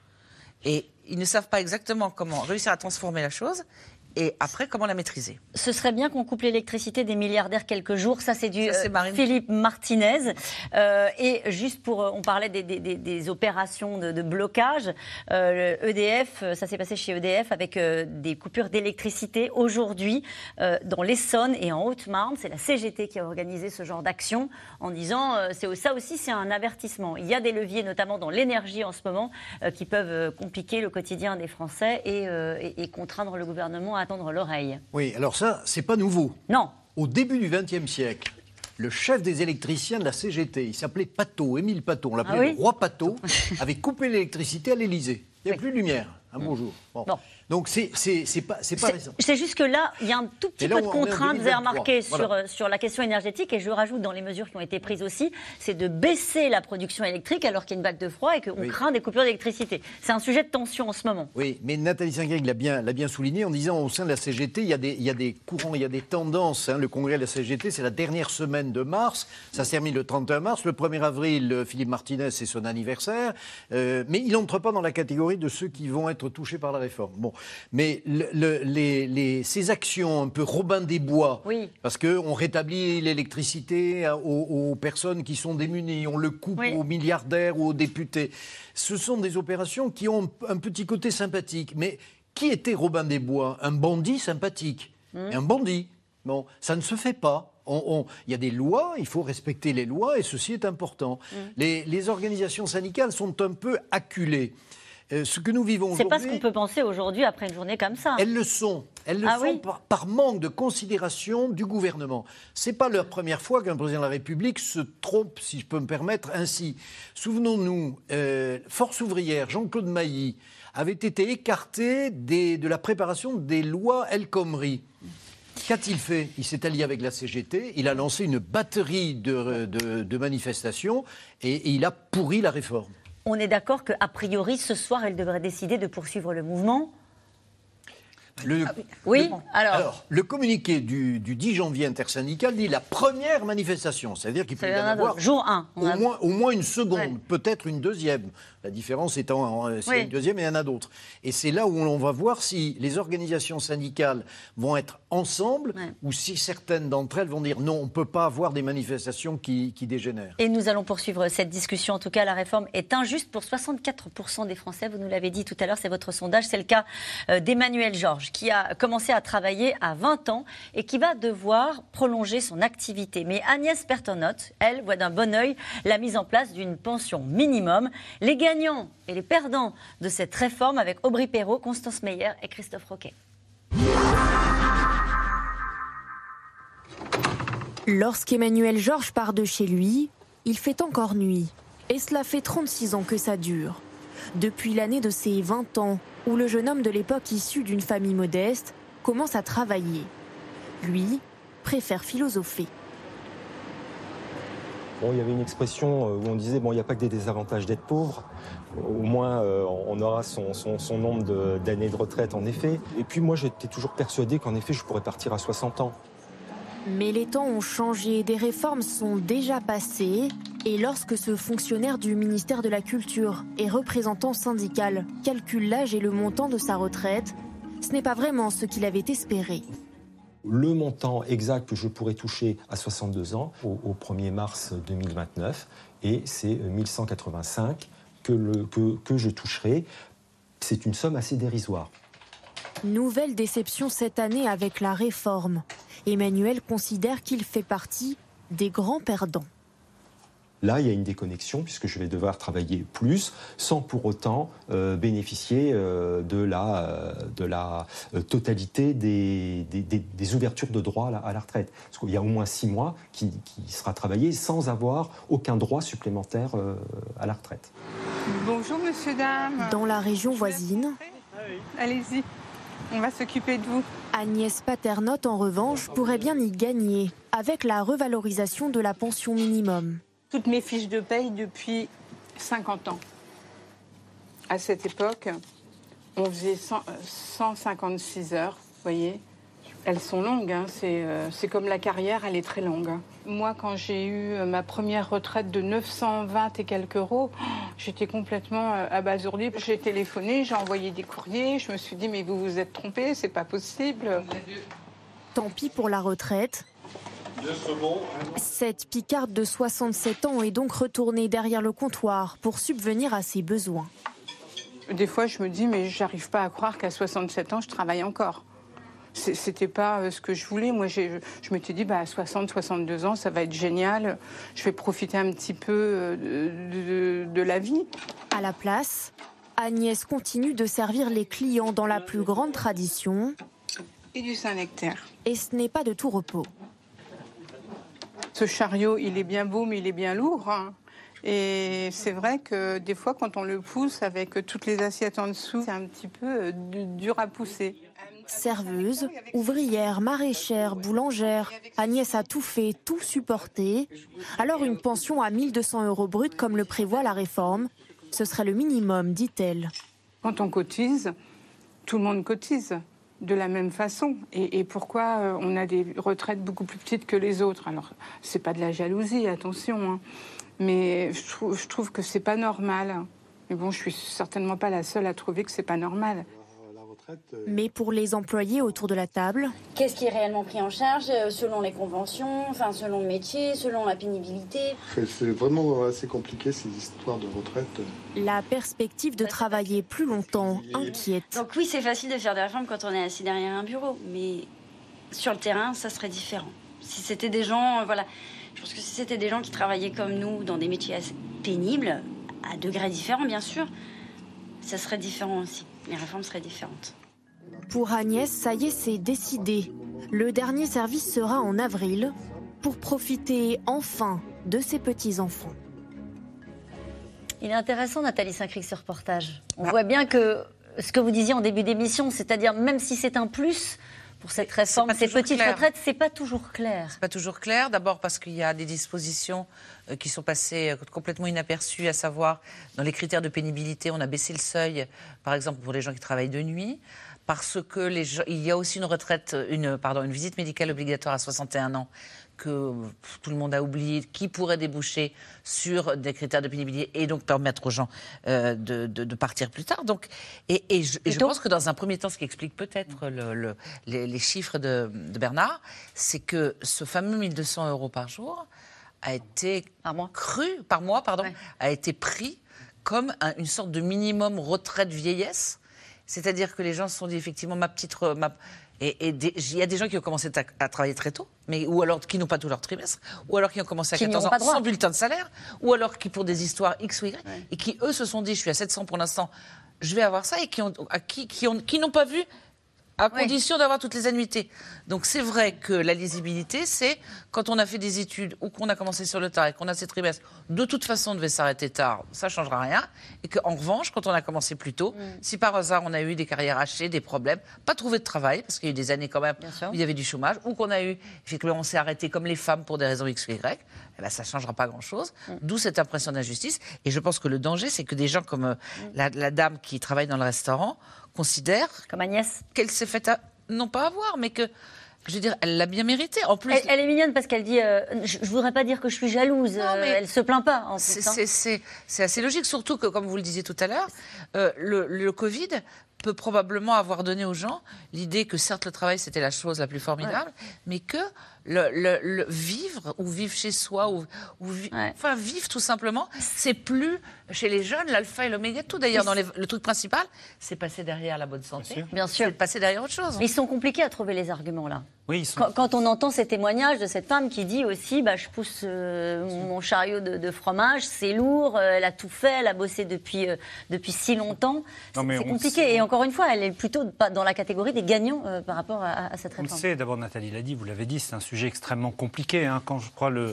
Speaker 3: Et ils ne savent pas exactement comment réussir à transformer la chose. Et après, comment la maîtriser?
Speaker 1: Ce serait bien qu'on coupe l'électricité des milliardaires quelques jours. Ça, c'est du
Speaker 3: Ça, c'est
Speaker 1: euh, Philippe Martinez. Euh, et juste pour... On parlait des, des, des, des opérations de, de blocage. Euh, E D F, ça s'est passé chez E D F avec euh, des coupures d'électricité. Aujourd'hui, euh, dans l'Essonne et en Haute-Marne, c'est la C G T qui a organisé ce genre d'action en disant... Euh, c'est, ça aussi, c'est un avertissement. Il y a des leviers, notamment dans l'énergie en ce moment, euh, qui peuvent euh, compliquer le quotidien des Français et, euh, et, et contraindre le gouvernement à attendre l'oreille.
Speaker 2: Oui, alors ça, c'est pas nouveau.
Speaker 1: Non.
Speaker 2: Au début du vingtième siècle, le chef des électriciens de la C G T, il s'appelait Patot, Émile Patot, on l'appelait
Speaker 1: ah oui
Speaker 2: le roi Patot, avait coupé l'électricité à l'Élysée. Il n'y a
Speaker 1: oui.
Speaker 2: plus de lumière. Un bonjour. Bon.
Speaker 1: Bon.
Speaker 2: Donc c'est, c'est, c'est pas, c'est pas
Speaker 1: c'est,
Speaker 2: récent.
Speaker 1: C'est juste que là, il y a un tout petit
Speaker 2: là,
Speaker 1: peu de
Speaker 2: on,
Speaker 1: contrainte, vous avez remarqué,
Speaker 2: voilà.
Speaker 1: sur, euh, sur la question énergétique, et je rajoute dans les mesures qui ont été prises aussi, c'est de baisser la production électrique alors qu'il y a une vague de froid et qu'on oui. craint des coupures d'électricité. C'est un sujet de tension en ce moment.
Speaker 2: Oui, mais Nathalie Singuet l'a bien, l'a bien souligné en disant au sein de la C G T, il y a des, il y a des courants, il y a des tendances. Hein. Le congrès de la C G T, c'est la dernière semaine de mars. Ça se termine le trente et un mars. Le premier avril, Philippe Martinez, c'est son anniversaire. Euh, mais il n'entre pas dans la catégorie de ceux qui vont être touchés par la réforme. Bon, mais le, le, les, les, ces actions un peu Robin des Bois,
Speaker 1: oui.
Speaker 2: parce qu'on rétablit l'électricité aux, aux personnes qui sont démunies, on le coupe oui. aux milliardaires ou aux députés. Ce sont des opérations qui ont un petit côté sympathique. Mais qui était Robin des Bois? Un bandit sympathique. Mmh. Un bandit. Bon, ça ne se fait pas. On, on, il y a des lois, il faut respecter les lois et ceci est important. Mmh. Les, les organisations syndicales sont un peu acculées. Euh, ce que nous vivons aujourd'hui...
Speaker 1: C'est pas ce qu'on peut penser aujourd'hui après une journée comme ça.
Speaker 2: Elles le sont. Elles le
Speaker 1: ah
Speaker 2: sont
Speaker 1: oui.
Speaker 2: par, par manque de considération du gouvernement. C'est pas la première fois qu'un président de la République se trompe, si je peux me permettre, ainsi. Souvenons-nous, euh, Force ouvrière, Jean-Claude Mailly, avait été écarté des, de la préparation des lois El Khomri. Qu'a-t-il fait? Il s'est allié avec la C G T, il a lancé une batterie de, de, de manifestations et, et il a pourri la réforme.
Speaker 1: On est d'accord qu'a priori, ce soir, elle devrait décider de poursuivre le mouvement.
Speaker 2: Le,
Speaker 1: ah, oui,
Speaker 2: le,
Speaker 1: alors...
Speaker 2: alors Le communiqué du, du dix janvier intersyndical dit la première manifestation. C'est-à-dire qu'il peut y en avoir
Speaker 1: jour un,
Speaker 2: au,
Speaker 1: a...
Speaker 2: moins, au moins une seconde,
Speaker 1: ouais.
Speaker 2: peut-être une deuxième. La différence étant euh, s'il y a une deuxième et il y en a d'autres. Et c'est là où on va voir si les organisations syndicales vont être ensemble ouais. ou si certaines d'entre elles vont dire non, on ne peut pas avoir des manifestations qui, qui dégénèrent.
Speaker 1: Et nous allons poursuivre cette discussion. En tout cas, la réforme est injuste pour soixante-quatre pour cent des Français. Vous nous l'avez dit tout à l'heure, c'est votre sondage. C'est le cas d'Emmanuel Georges, qui a commencé à travailler à vingt ans et qui va devoir prolonger son activité. Mais Agnès Pertonotte, elle, voit d'un bon œil la mise en place d'une pension minimum. Les gagnants et les perdants de cette réforme avec Aubry Perrault, Constance Meyer et Christophe Roquet.
Speaker 17: Lorsqu'Emmanuel Georges part de chez lui, il fait encore nuit. Et cela fait trente-six ans que ça dure. Depuis l'année de ses vingt ans, où le jeune homme de l'époque issu d'une famille modeste commence à travailler. Lui préfère philosopher.
Speaker 18: Bon, il y avait une expression où on disait bon, il n'y a pas que des désavantages d'être pauvre. Au moins, euh, on aura son, son, son nombre de, d'années de retraite, en effet. Et puis moi, j'étais toujours persuadé qu'en effet, je pourrais partir à soixante ans.
Speaker 17: Mais les temps ont changé, des réformes sont déjà passées. Et lorsque ce fonctionnaire du ministère de la Culture et représentant syndical calcule l'âge et le montant de sa retraite, ce n'est pas vraiment ce qu'il avait espéré.
Speaker 18: Le montant exact que je pourrais toucher à soixante-deux ans au, au premier mars deux mille vingt-neuf, et c'est mille cent quatre-vingt-cinq que, le, que, que je toucherai. C'est une somme assez dérisoire.
Speaker 17: Nouvelle déception cette année avec la réforme. Emmanuel considère qu'il fait partie des grands perdants.
Speaker 18: Là, il y a une déconnexion puisque je vais devoir travailler plus sans pour autant euh, bénéficier euh, de la, euh, de la euh, totalité des, des, des, des ouvertures de droit à la, à la retraite. Parce qu'il y a au moins six mois qui, qui sera travaillé sans avoir aucun droit supplémentaire euh, à la retraite.
Speaker 19: Bonjour, monsieur, dame.
Speaker 17: Dans la région voisine,
Speaker 19: Allez-y, on va s'occuper de vous.
Speaker 17: Agnès Paternotte, en revanche, pourrait bien y gagner avec la revalorisation de la pension minimum.
Speaker 19: Toutes mes fiches de paye depuis cinquante ans. À cette époque, on faisait cent cinquante-six heures, vous voyez. Elles sont longues, hein. c'est euh, comme la carrière, elle est très longue. Moi, quand j'ai eu ma première retraite de neuf cent vingt et quelques euros, j'étais complètement abasourdie. J'ai téléphoné, j'ai envoyé des courriers, je me suis dit, mais vous vous êtes trompé, c'est pas possible.
Speaker 17: Tant pis pour la retraite. Cette picarde de soixante-sept ans est donc retournée derrière le comptoir pour subvenir à ses besoins.
Speaker 19: Des fois, je me dis, mais j'arrive pas à croire qu'à soixante-sept ans, je travaille encore. C'était pas ce que je voulais. Moi, je m'étais dit, bah, à soixante, soixante-deux ans, ça va être génial. Je vais profiter un petit peu de, de, de la vie.
Speaker 17: À la place, Agnès continue de servir les clients dans la plus grande tradition.
Speaker 19: Et du Saint-Nectaire.
Speaker 17: Et ce n'est pas de tout repos.
Speaker 19: Ce chariot, il est bien beau, mais il est bien lourd. Hein. Et c'est vrai que des fois, quand on le pousse avec toutes les assiettes en dessous, c'est un petit peu dur à pousser.
Speaker 17: Serveuse, ouvrière, maraîchère, boulangère, Agnès a tout fait, tout supporté. Alors une pension à mille deux cents euros brut, comme le prévoit la réforme, ce serait le minimum, dit-elle.
Speaker 19: Quand on cotise, tout le monde cotise de la même façon. Et, et pourquoi on a des retraites beaucoup plus petites que les autres? Alors, c'est pas de la jalousie, attention, hein. Mais je trouve, je trouve que c'est pas normal. Mais bon, je suis certainement pas la seule à trouver que c'est pas normal.
Speaker 17: Mais pour les employés autour de la table...
Speaker 20: Qu'est-ce qui est réellement pris en charge selon les conventions, enfin selon le métier, selon la pénibilité?
Speaker 21: C'est vraiment assez compliqué ces histoires de retraite.
Speaker 17: La perspective de travailler plus longtemps inquiète.
Speaker 20: Donc oui, c'est facile de faire des réformes quand on est assis derrière un bureau, mais sur le terrain, ça serait différent. Si c'était des gens, voilà, je pense que si c'était des gens qui travaillaient comme nous dans des métiers assez pénibles, à degrés différents bien sûr, ça serait différent aussi. Les réformes seraient différentes.
Speaker 17: Pour Agnès, ça y est, c'est décidé. Le dernier service sera en avril pour profiter enfin de ses petits-enfants.
Speaker 1: Il est intéressant, Nathalie Saint-Cricq, ce reportage. On ah. voit bien que ce que vous disiez en début d'émission, c'est-à-dire même si c'est un plus pour cette réforme, ces petites clair. retraites, c'est pas toujours clair.
Speaker 3: C'est pas toujours clair. D'abord parce qu'il y a des dispositions euh, qui sont passées euh, complètement inaperçues, à savoir dans les critères de pénibilité, on a baissé le seuil, par exemple pour les gens qui travaillent de nuit. Parce que les gens, il y a aussi une retraite, une, pardon, une visite médicale obligatoire à soixante et un ans que tout le monde a oublié, qui pourrait déboucher sur des critères de pénibilité et donc permettre aux gens euh, de, de, de partir plus tard. Donc, et, et, je, et je pense que dans un premier temps, ce qui explique peut-être le, le, les, les chiffres de, de Bernard, c'est que ce fameux mille deux cents euros par jour a été
Speaker 1: par mois.
Speaker 3: cru, par mois, pardon,
Speaker 1: ouais.
Speaker 3: a été pris comme un, une sorte de minimum retraite vieillesse. C'est-à-dire que les gens se sont dit effectivement ma petite... Ma... Et il y a des gens qui ont commencé à, à travailler très tôt, mais, ou alors qui n'ont pas tout leur trimestre, ou alors qui ont commencé à quatorze ans sans bulletin de salaire, ou alors qui pour des histoires X ou Y, ouais. et qui eux se sont dit je suis à sept cents pour l'instant, je vais avoir ça, et qui, ont, à qui, qui, ont, qui n'ont pas vu à condition oui. d'avoir toutes les annuités. Donc c'est vrai que la lisibilité, c'est quand on a fait des études ou qu'on a commencé sur le tard et qu'on a ces trimestres, de toute façon on devait s'arrêter tard, ça ne changera rien. Et qu'en revanche, quand on a commencé plus tôt, mm. si par hasard on a eu des carrières hachées, des problèmes, pas trouvé de travail, parce qu'il y a eu des années quand même où il y avait du chômage, ou qu'on a eu, effectivement on s'est arrêté comme les femmes pour des raisons X ou Y, eh ben, ça ne changera pas grand-chose. Mm. D'où cette impression d'injustice. Et je pense que le danger, c'est que des gens comme euh, mm. la, la dame qui travaille dans le restaurant, considère
Speaker 1: comme Agnès
Speaker 3: qu'elle s'est faite à, non pas avoir, mais que je veux dire, elle l'a bien mérité. En plus,
Speaker 1: elle, elle est mignonne parce qu'elle dit, euh, je, je voudrais pas dire que je suis jalouse. Non, mais euh, elle se plaint pas.
Speaker 3: C'est assez logique, surtout que, comme vous le disiez tout à l'heure, euh, le, le Covid peut probablement avoir donné aux gens l'idée que certes le travail c'était la chose la plus formidable, ouais. mais que le, le, le vivre ou vivre chez soi ou, ou vi ouais. enfin vivre tout simplement, c'est plus chez les jeunes l'alpha et l'oméga tout. D'ailleurs dans les, le truc principal, c'est passer derrière la bonne santé. Bien sûr.
Speaker 1: Bien sûr.
Speaker 3: C'est passer derrière autre chose.
Speaker 1: Mais ils sont compliqués à trouver les arguments là.
Speaker 5: Oui, ils sont...
Speaker 1: quand, quand on entend ces témoignages de cette femme qui dit aussi, bah, je pousse euh, mon chariot de, de fromage, c'est lourd, euh, elle a tout fait, elle a bossé depuis euh, depuis si longtemps. C'est compliqué. Sait... Et encore une fois, elle est plutôt dans la catégorie des gagnants euh, par rapport à, à cette réforme.
Speaker 5: On le sait, d'abord Nathalie l'a dit, vous l'avez dit, c'est un sujet extrêmement compliqué. Hein, quand je crois le,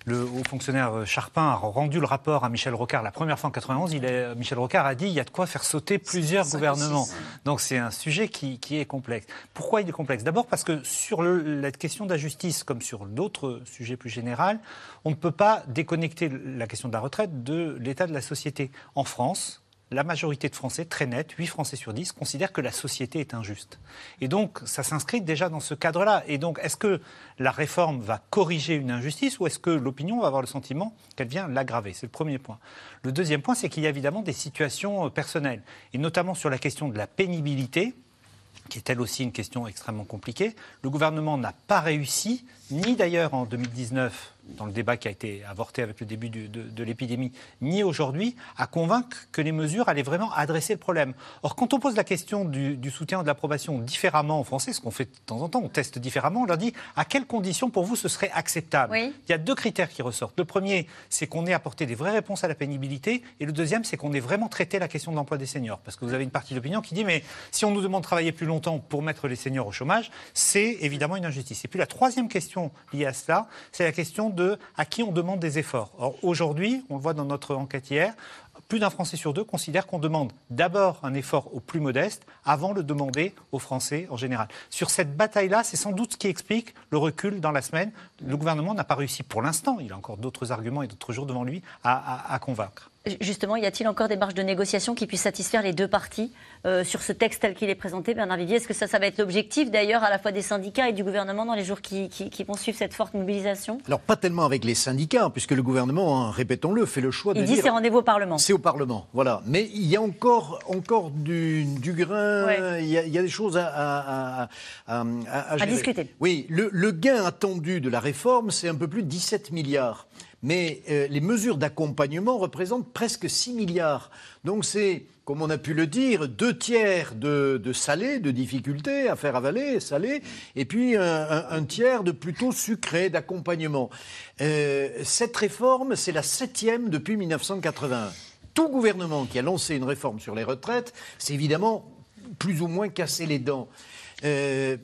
Speaker 5: le haut fonctionnaire Charpin a rendu le rapport à Michel Rocard la première fois en quatre-vingt-onze, il est, Michel Rocard a dit il y a de quoi faire sauter plusieurs gouvernements. Donc c'est un sujet qui, qui est complexe. Pourquoi il est complexe? D'abord parce que sur le, la question de la justice, comme sur d'autres sujets plus généraux, on ne peut pas déconnecter la question de la retraite de l'état de la société. En France, la majorité de Français, très nette, huit Français sur dix, considèrent que la société est injuste. Et donc, ça s'inscrit déjà dans ce cadre-là. Et donc, est-ce que la réforme va corriger une injustice ou est-ce que l'opinion va avoir le sentiment qu'elle vient l'aggraver? C'est le premier point. Le deuxième point, c'est qu'il y a évidemment des situations personnelles, et notamment sur la question de la pénibilité, qui est elle aussi une question extrêmement compliquée. Le gouvernement n'a pas réussi, ni d'ailleurs en deux mille dix-neuf, dans le débat qui a été avorté avec le début du, de, de l'épidémie, ni aujourd'hui, à convaincre que les mesures allaient vraiment adresser le problème. Or, quand on pose la question du, du soutien ou de l'approbation différemment aux Français, ce qu'on fait de temps en temps, on teste différemment, on leur dit à quelles conditions pour vous ce serait acceptable. Oui. Il y a deux critères qui ressortent. Le premier, c'est qu'on ait apporté des vraies réponses à la pénibilité, et le deuxième, c'est qu'on ait vraiment traité la question de l'emploi des seniors. Parce que vous avez une partie de l'opinion qui dit mais si on nous demande de travailler plus longtemps pour mettre les seniors au chômage, c'est évidemment une injustice. Et puis la troisième question liée à cela, c'est la question de à qui on demande des efforts. Or, aujourd'hui, on le voit dans notre enquête hier, plus d'un Français sur deux considère qu'on demande d'abord un effort aux plus modestes avant de le demander aux Français en général. Sur cette bataille-là, c'est sans doute ce qui explique le recul dans la semaine. Le gouvernement n'a pas réussi pour l'instant, il a encore d'autres arguments et d'autres jours devant lui, à, à, à convaincre.
Speaker 1: Justement, y a-t-il encore des marges de négociation qui puissent satisfaire les deux parties euh, sur ce texte tel qu'il est présenté, Bernard Vivier? Est-ce que ça, ça va être l'objectif d'ailleurs à la fois des syndicats et du gouvernement dans les jours qui, qui, qui vont suivre cette forte mobilisation?
Speaker 2: Alors pas tellement avec les syndicats, puisque le gouvernement, hein, répétons-le, fait le choix de
Speaker 1: il
Speaker 2: dire...
Speaker 1: Il dit c'est rendez-vous au Parlement.
Speaker 2: C'est au Parlement, voilà. Mais il y a encore, encore du, du grain, ouais. il, y a, il y a des choses à, à, à, à, à,
Speaker 1: à discuter.
Speaker 2: Oui, le, le gain attendu de la réforme, c'est un peu plus de dix-sept milliards. Mais euh, les mesures d'accompagnement représentent presque six milliards. Donc c'est, comme on a pu le dire, deux tiers de, de salé, de difficultés à faire avaler, salé, et puis un, un, un tiers de plutôt sucré, d'accompagnement. Euh, cette réforme, c'est la septième depuis mille neuf cent quatre-vingt-un. Tout gouvernement qui a lancé une réforme sur les retraites, c'est évidemment plus ou moins casser les dents. Euh,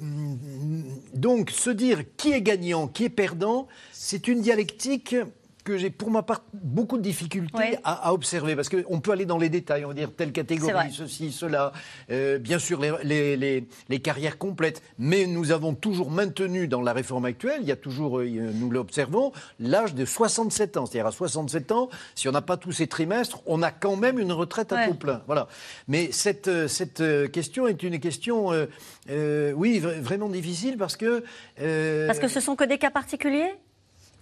Speaker 2: donc se dire qui est gagnant, qui est perdant, c'est une dialectique que j'ai pour ma part beaucoup de difficultés oui. à, à observer, parce qu'on peut aller dans les détails, on va dire telle catégorie, ceci, cela, euh, bien sûr les, les, les, les carrières complètes, mais nous avons toujours maintenu dans la réforme actuelle, il y a toujours, euh, nous l'observons, l'âge de soixante-sept ans, c'est-à-dire à soixante-sept ans, si on n'a pas tous ces trimestres, on a quand même une retraite à ouais. taux plein. Voilà. Mais cette, cette question est une question, euh, euh, oui, v- vraiment difficile, parce que...
Speaker 1: Euh, parce que ce sont que des cas particuliers ? Aussi ?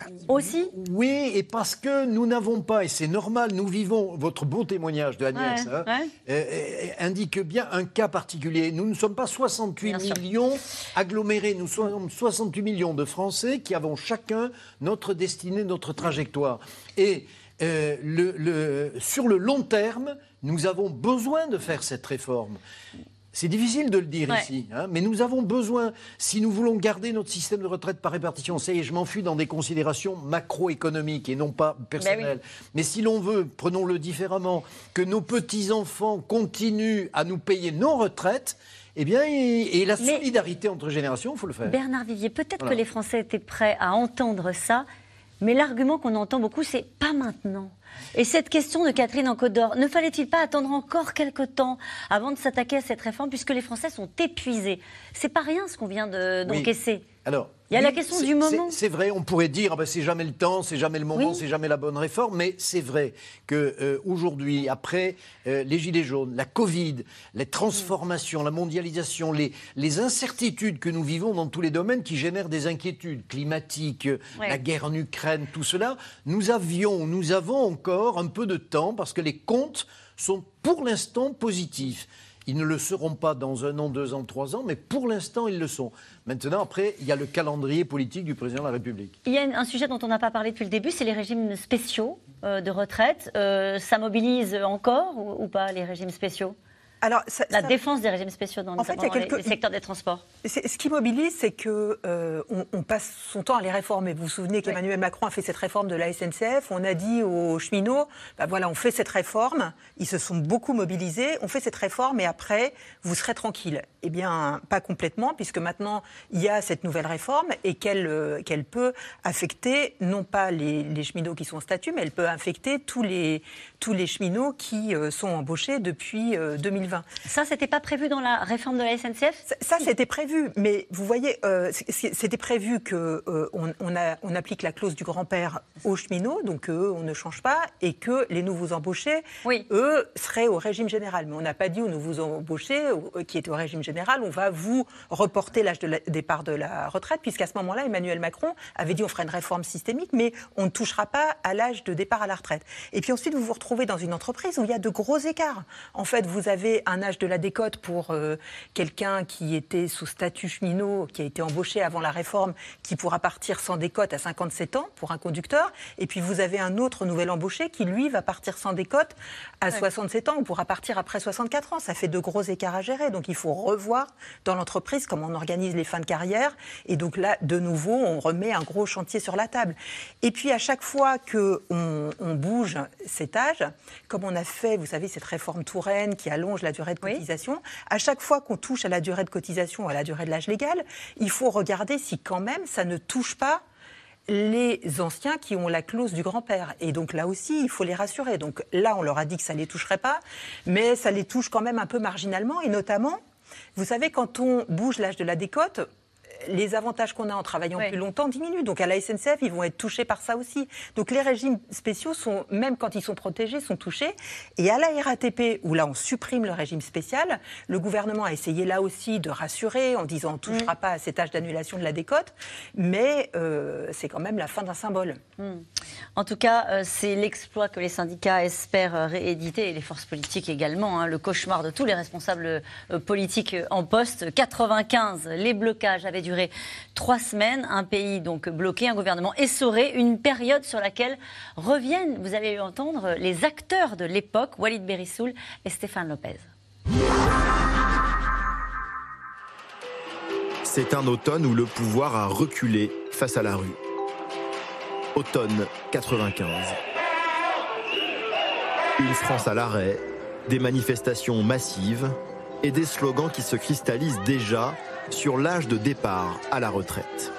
Speaker 2: Oui, et parce que nous n'avons pas, et c'est normal, nous vivons, votre beau témoignage de Agnès ouais, hein, ouais. Euh, indique bien un cas particulier. Nous ne sommes pas soixante-huit bien millions sûr. agglomérés, nous sommes soixante-huit millions de Français qui avons chacun notre destinée, notre trajectoire. Et euh, le, le, sur le long terme, nous avons besoin de faire cette réforme. C'est difficile de le dire ouais. ici, hein, mais nous avons besoin, si nous voulons garder notre système de retraite par répartition, ça y est, je m'enfuis dans des considérations macroéconomiques et non pas personnelles, ben oui. mais si l'on veut, prenons-le différemment, que nos petits-enfants continuent à nous payer nos retraites, eh bien, et, et la mais solidarité entre générations, il faut le faire.
Speaker 1: Bernard Vivier, peut-être voilà.
Speaker 2: Voilà.
Speaker 1: que les Français étaient prêts à entendre ça, mais l'argument qu'on entend beaucoup, c'est « pas maintenant ». Et cette question de Catherine en Côte d'Or, ne fallait-il pas attendre encore quelque temps avant de s'attaquer à cette réforme, puisque les Français sont épuisés? C'est pas rien ce qu'on vient de, d'encaisser.
Speaker 2: Oui. Alors,
Speaker 1: il y a
Speaker 2: oui,
Speaker 1: la question du moment.
Speaker 2: C'est, c'est vrai, on pourrait dire ah ben, c'est jamais le temps, c'est jamais le moment, oui. c'est jamais la bonne réforme, mais c'est vrai que euh, aujourd'hui, après euh, les gilets jaunes, la Covid, les transformations, la mondialisation, les, les incertitudes que nous vivons dans tous les domaines qui génèrent des inquiétudes climatiques, ouais. la guerre en Ukraine, tout cela, nous avions, nous avons encore un peu de temps parce que les comptes sont pour l'instant positifs. Ils ne le seront pas dans un an, deux ans, trois ans, mais pour l'instant, ils le sont. Maintenant, après, il y a le calendrier politique du président de la République.
Speaker 1: Il y a un sujet dont on n'a pas parlé depuis le début, c'est les régimes spéciaux euh, de retraite. Euh, ça mobilise encore ou, ou pas, les régimes spéciaux ?
Speaker 4: Alors, ça,
Speaker 1: la
Speaker 4: ça...
Speaker 1: défense des régimes spéciaux dans,
Speaker 4: en fait,
Speaker 1: dans
Speaker 4: il y a quelques...
Speaker 1: les, les secteurs des transports.
Speaker 4: Ce qui mobilise, c'est qu'on euh, on passe son temps à les réformer. Vous vous souvenez qu'Emmanuel oui. Macron a fait cette réforme de la S N C F. On a dit aux cheminots, bah voilà, on fait cette réforme. Ils se sont beaucoup mobilisés. On fait cette réforme et après, vous serez tranquille. Eh bien, pas complètement, puisque maintenant, il y a cette nouvelle réforme et qu'elle euh, qu'elle peut affecter, non pas les, les cheminots qui sont en statut, mais elle peut affecter tous les, tous les cheminots qui euh, sont embauchés depuis euh, deux mille vingt.
Speaker 1: Ça, c'était pas prévu dans la réforme de la S N C F ?
Speaker 4: Ça, ça c'était prévu, mais vous voyez, euh, c'était prévu qu'on euh, on on applique la clause du grand-père aux cheminots, donc eux, on ne change pas, et que les nouveaux embauchés, oui. eux, seraient au régime général. Mais on n'a pas dit aux nouveaux embauchés, euh, qui étaient au régime général, on va vous reporter l'âge de départ de la retraite, puisqu'à ce moment-là, Emmanuel Macron avait dit on fera une réforme systémique, mais on ne touchera pas à l'âge de départ à la retraite. Et puis ensuite, vous vous retrouvez dans une entreprise où il y a de gros écarts. En fait, vous avez un âge de la décote pour euh, quelqu'un qui était sous statut cheminot, qui a été embauché avant la réforme, qui pourra partir sans décote à cinquante-sept ans pour un conducteur. Et puis vous avez un autre nouvel embauché qui, lui, va partir sans décote à ouais. soixante-sept ans ou pourra partir après soixante-quatre ans. Ça fait de gros écarts à gérer. Donc il faut revoir dans l'entreprise comment on organise les fins de carrière. Et donc là, de nouveau, on remet un gros chantier sur la table. Et puis à chaque fois qu'on on bouge cet âge, comme on a fait, vous savez, cette réforme Touraine qui allonge la durée de cotisation, oui. à chaque fois qu'on touche à la durée de cotisation, à la durée de l'âge légal, il faut regarder si quand même ça ne touche pas les anciens qui ont la clause du grand-père. Et donc là aussi, il faut les rassurer. Donc là, on leur a dit que ça ne les toucherait pas, mais ça les touche quand même un peu marginalement. Et notamment, vous savez, quand on bouge l'âge de la décote, les avantages qu'on a en travaillant oui. plus longtemps diminuent. Donc à la S N C F, ils vont être touchés par ça aussi. Donc les régimes spéciaux, sont, même quand ils sont protégés, sont touchés. Et à la R A T P, où là on supprime le régime spécial, le gouvernement a essayé là aussi de rassurer en disant on ne touchera mmh. pas à cet âge d'annulation de la décote, mais euh, c'est quand même la fin d'un symbole.
Speaker 1: Mmh. En tout cas, euh, c'est l'exploit que les syndicats espèrent rééditer, et les forces politiques également, hein, le cauchemar de tous les responsables euh, politiques en poste. quatre-vingt-quinze, les blocages avaient duré trois semaines, un pays donc bloqué, un gouvernement essoré, une période sur laquelle reviennent, vous allez entendre, les acteurs de l'époque, Walid Berissoul et Stéphane Lopez.
Speaker 7: C'est un automne où le pouvoir a reculé face à la rue. Automne quatre-vingt-quinze. Une France à l'arrêt, des manifestations massives et des slogans qui se cristallisent déjà sur l'âge de départ à la retraite.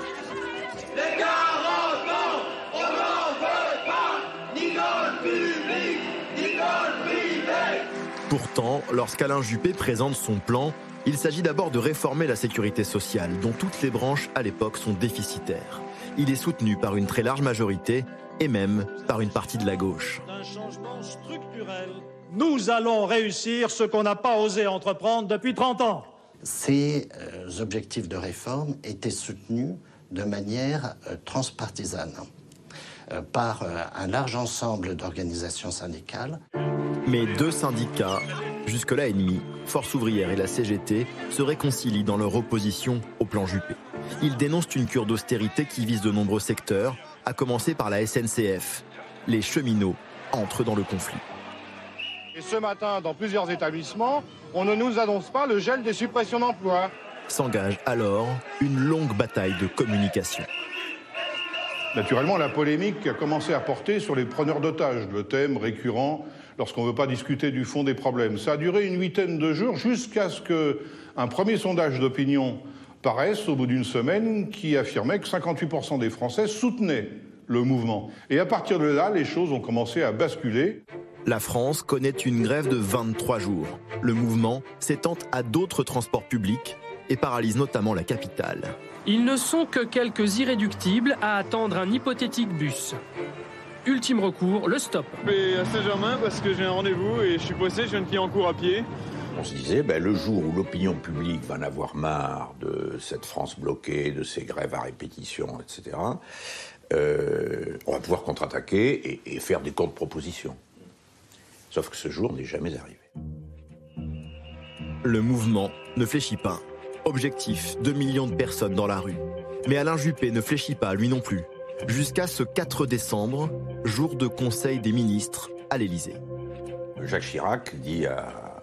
Speaker 22: Les quarante ans, on n'en veut pas, ni dans le public, ni dans le privé.
Speaker 7: Pourtant, lorsqu'Alain Juppé présente son plan, il s'agit d'abord de réformer la sécurité sociale, dont toutes les branches à l'époque sont déficitaires. Il est soutenu par une très large majorité et même par une partie de la gauche.
Speaker 23: Un changement structurel. Nous allons réussir ce qu'on n'a pas osé entreprendre depuis trente ans.
Speaker 24: Ces euh, objectifs de réforme étaient soutenus de manière euh, transpartisane euh, par euh, un large ensemble d'organisations syndicales.
Speaker 7: Mais deux syndicats, jusque-là ennemis, Force ouvrière et la C G T, se réconcilient dans leur opposition au plan Juppé. Ils dénoncent une cure d'austérité qui vise de nombreux secteurs, à commencer par la S N C F. Les cheminots entrent dans le conflit.
Speaker 11: Et ce matin, dans plusieurs établissements, on ne nous annonce pas le gel des suppressions d'emplois.
Speaker 7: S'engage alors une longue bataille de communication.
Speaker 25: Naturellement, la polémique a commencé à porter sur les preneurs d'otages, le thème récurrent lorsqu'on ne veut pas discuter du fond des problèmes. Ça a duré une huitaine de jours jusqu'à ce qu'un premier sondage d'opinion paraisse au bout d'une semaine qui affirmait que cinquante-huit pour cent des Français soutenaient le mouvement. Et à partir de là, les choses ont commencé à basculer.
Speaker 7: La France connaît une grève de vingt-trois jours. Le mouvement s'étend à d'autres transports publics et paralyse notamment la capitale.
Speaker 26: Ils ne sont que quelques irréductibles à attendre un hypothétique bus. Ultime recours, le stop.
Speaker 27: Je vais à Saint-Germain parce que j'ai un rendez-vous et je suis pressé, je viens de finir en cours à pied.
Speaker 28: On se disait, ben, le jour où l'opinion publique va en avoir marre de cette France bloquée, de ces grèves à répétition, et cetera, euh, on va pouvoir contre-attaquer et, et faire des contre-propositions. Sauf que ce jour n'est jamais arrivé.
Speaker 7: Le mouvement ne fléchit pas. Objectif, deux millions de personnes dans la rue. Mais Alain Juppé ne fléchit pas, lui non plus. Jusqu'à ce quatre décembre, jour de conseil des ministres à l'Élysée.
Speaker 28: Jacques Chirac dit à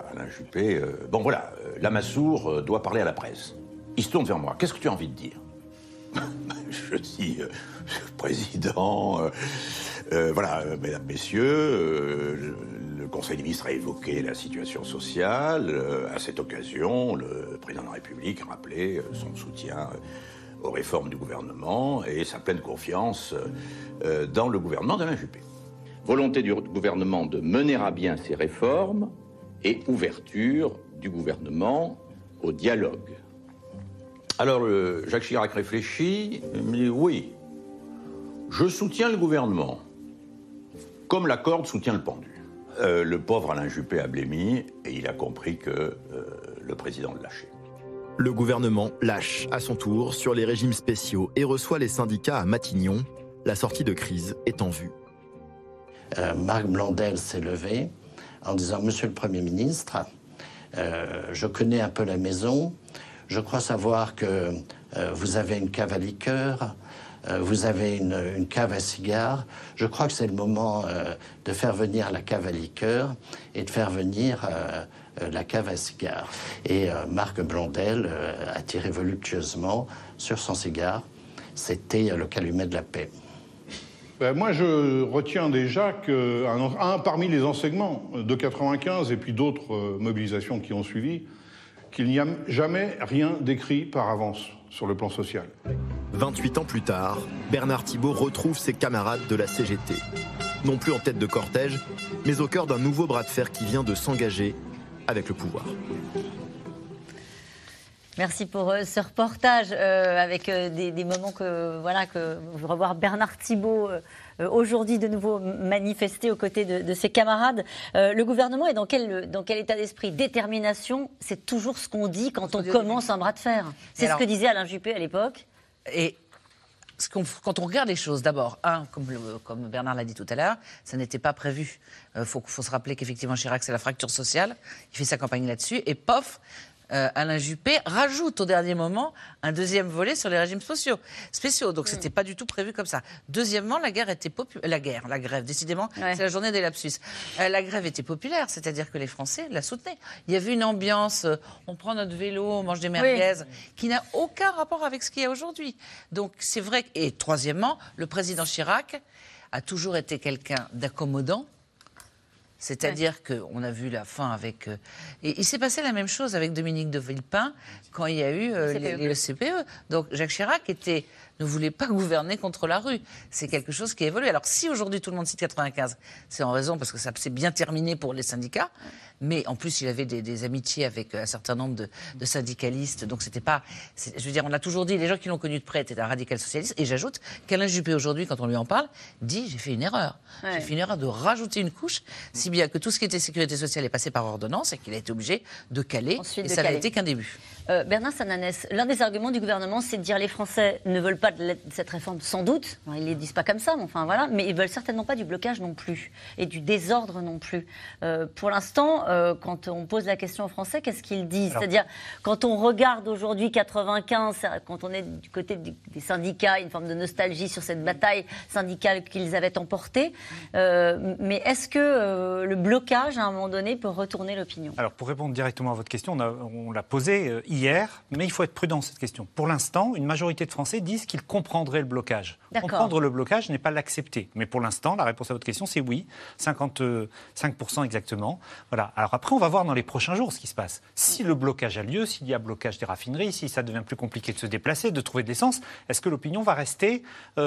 Speaker 28: Alain Juppé, euh, bon voilà, euh, Lamassoure euh, doit parler à la presse. Il se tourne vers moi. Qu'est-ce que tu as envie de dire? Je dis, euh, président, euh, euh, voilà, euh, mesdames, messieurs, euh, le, le Conseil des ministres a évoqué la situation sociale. Euh, à cette occasion, le président de la République a rappelé euh, son soutien euh, aux réformes du gouvernement et sa pleine confiance euh, dans le gouvernement d'Alain Juppé. Volonté du gouvernement de mener à bien ces réformes et ouverture du gouvernement au dialogue. Alors, euh, Jacques Chirac réfléchit, il me dit oui, je soutiens le gouvernement, comme la corde soutient le pendu. Euh, le pauvre Alain Juppé a blêmi et il a compris que euh, le président le lâchait.
Speaker 7: Le gouvernement lâche à son tour sur les régimes spéciaux et reçoit les syndicats à Matignon. La sortie de crise est en vue.
Speaker 24: Euh, Marc Blondel s'est levé en disant « Monsieur le Premier ministre, euh, je connais un peu la maison. Je crois savoir que euh, vous avez une cave à liqueur, euh, vous avez une, une cave à cigares. Je crois que c'est le moment euh, de faire venir la cave à liqueur et de faire venir euh, euh, la cave à cigares. » Et euh, Marc Blondel euh, a tiré voluptueusement sur son cigare. C'était euh, le calumet de la paix.
Speaker 25: Ben moi, je retiens déjà qu'un un parmi les enseignements de quatre-vingt-quinze et puis d'autres euh, mobilisations qui ont suivi, qu'il n'y a jamais rien d'écrit par avance sur le plan social.
Speaker 7: vingt-huit ans plus tard, Bernard Thibault retrouve ses camarades de la C G T. Non plus en tête de cortège, mais au cœur d'un nouveau bras de fer qui vient de s'engager avec le pouvoir.
Speaker 1: Merci pour euh, ce reportage euh, avec euh, des, des moments que voilà que revoir Bernard Thibault euh, aujourd'hui de nouveau manifester aux côtés de, de ses camarades. Euh, le gouvernement est dans quel dans quel état d'esprit? Détermination, c'est toujours ce qu'on dit quand on commence un bras de fer. C'est ce que disait Alain Juppé à l'époque.
Speaker 3: Et ce qu'on, quand on regarde les choses, d'abord, un, comme, le, comme Bernard l'a dit tout à l'heure, ça n'était pas prévu. Il euh, faut, faut se rappeler qu'effectivement Chirac, c'est la fracture sociale. Il fait sa campagne là-dessus et pof. Euh, Alain Juppé rajoute au dernier moment un deuxième volet sur les régimes spéciaux. spéciaux. Donc, mmh. c'était pas du tout prévu comme ça. Deuxièmement, la guerre était populaire. La guerre, la grève, décidément, ouais. c'est la journée des lapsus. Euh, la grève était populaire, c'est-à-dire que les Français la soutenaient. Il y avait une ambiance, euh, on prend notre vélo, on mange des merguez, oui. qui n'a aucun rapport avec ce qu'il y a aujourd'hui. Donc, c'est vrai. Et troisièmement, le président Chirac a toujours été quelqu'un d'accommodant. C'est-à-dire ouais. qu'on a vu la fin avec... Euh, et il s'est passé la même chose avec Dominique de Villepin quand il y a eu euh, les, les, le C P E. Donc Jacques Chirac était, ne voulait pas gouverner contre la rue. C'est quelque chose qui a évolué. Alors si aujourd'hui tout le monde cite quatre-vingt-quinze, c'est en raison parce que ça s'est bien terminé pour les syndicats. Mais en plus, il avait des, des amitiés avec un certain nombre de, de syndicalistes. Donc c'était pas... C'est, je veux dire, on a toujours dit, les gens qui l'ont connu de près étaient un radical socialiste. Et j'ajoute qu'Alain Juppé aujourd'hui, quand on lui en parle, dit « j'ai fait une erreur ouais. ». J'ai fait une erreur de rajouter une couche, si bien que tout ce qui était sécurité sociale est passé par ordonnance et qu'il a été obligé de caler. Ensuite, et de ça n'a été qu'un début.
Speaker 1: Euh, Bernard Sananès, l'un des arguments du gouvernement, c'est de dire les Français ne veulent pas de cette réforme, sans doute. Alors, ils ne les disent pas comme ça, mais enfin voilà. Mais ils ne veulent certainement pas du blocage non plus et du désordre non plus. Euh, pour l'instant, euh, quand on pose la question aux Français, qu'est-ce qu'ils disent? Alors, c'est-à-dire, quand on regarde aujourd'hui quatre-vingt-quinze, quand on est du côté des syndicats, une forme de nostalgie sur cette bataille syndicale qu'ils avaient emportée. Euh, mais est-ce que euh, le blocage, à un moment donné, peut retourner l'opinion?
Speaker 5: Alors, pour répondre directement à votre question, on, a, on l'a posée euh, hier, mais il faut être prudent cette question. Pour l'instant, une majorité de Français disent qu'ils comprendraient le blocage. D'accord. Comprendre le blocage n'est pas l'accepter. Mais pour l'instant, la réponse à votre question, c'est oui, cinquante-cinq pour cent exactement. Voilà. Alors après, on va voir dans les prochains jours ce qui se passe. Si le blocage a lieu, s'il y a blocage des raffineries, si ça devient plus compliqué de se déplacer, de trouver de l'essence, est-ce que l'opinion va rester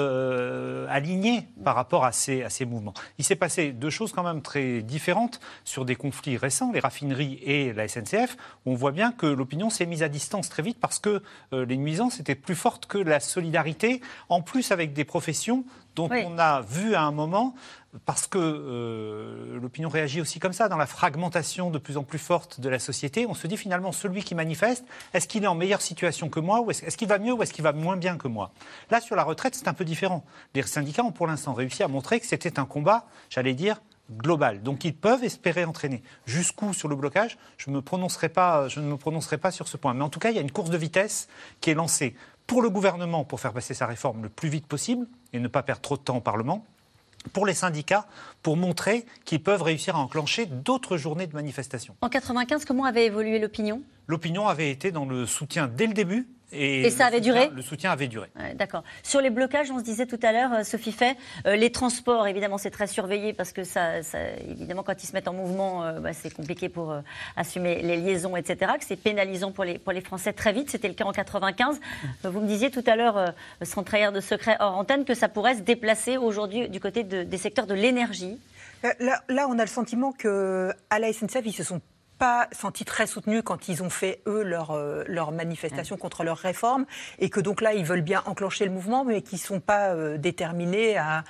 Speaker 5: euh, alignée par rapport à ces, à ces mouvements? Il s'est passé deux choses quand même très différentes sur des conflits récents, les raffineries et la S N C F, où on voit bien que l'opinion s'est mise à distance très vite parce que euh, les nuisances étaient plus fortes que la solidarité, en plus avec des professions dont oui. on a vu à un moment, parce que euh, l'opinion réagit aussi comme ça, dans la fragmentation de plus en plus forte de la société, on se dit finalement, celui qui manifeste, est-ce qu'il est en meilleure situation que moi, ou est-ce, est-ce qu'il va mieux ou est-ce qu'il va moins bien que moi? Là, sur la retraite, c'est un peu différent. Les syndicats ont pour l'instant réussi à montrer que c'était un combat, j'allais dire, global. Donc ils peuvent espérer entraîner. Jusqu'où sur le blocage, je, me prononcerai pas, je ne me prononcerai pas sur ce point. Mais en tout cas, il y a une course de vitesse qui est lancée pour le gouvernement pour faire passer sa réforme le plus vite possible et ne pas perdre trop de temps au Parlement. pour les syndicats, pour montrer qu'ils peuvent réussir à enclencher d'autres journées de manifestation.
Speaker 1: En quatre-vingt-quinze, comment avait évolué l'opinion ?
Speaker 5: L'opinion avait été dans le soutien dès le début. Et,
Speaker 1: et ça avait
Speaker 5: soutien,
Speaker 1: duré
Speaker 5: Le soutien avait duré.
Speaker 1: Ouais, d'accord. Sur les blocages, on se disait tout à l'heure, euh, Sophie Fay, euh, les transports, évidemment, c'est très surveillé parce que, ça, ça, évidemment, quand ils se mettent en mouvement, euh, bah, c'est compliqué pour euh, assumer les liaisons, et cetera, que c'est pénalisant pour les, pour les Français très vite. C'était le cas en quatre-vingt-quinze. Euh, vous me disiez tout à l'heure, euh, sans trahir de secret hors antenne, que ça pourrait se déplacer aujourd'hui du côté de, des secteurs de l'énergie.
Speaker 4: Là, là, on a le sentiment qu'à la S N C F, ils se sont pas sentis très soutenus quand ils ont fait, eux, leur, euh, leur manifestation ouais. contre leur réforme, et que donc là, ils veulent bien enclencher le mouvement, mais qu'ils ne sont pas euh, déterminés à,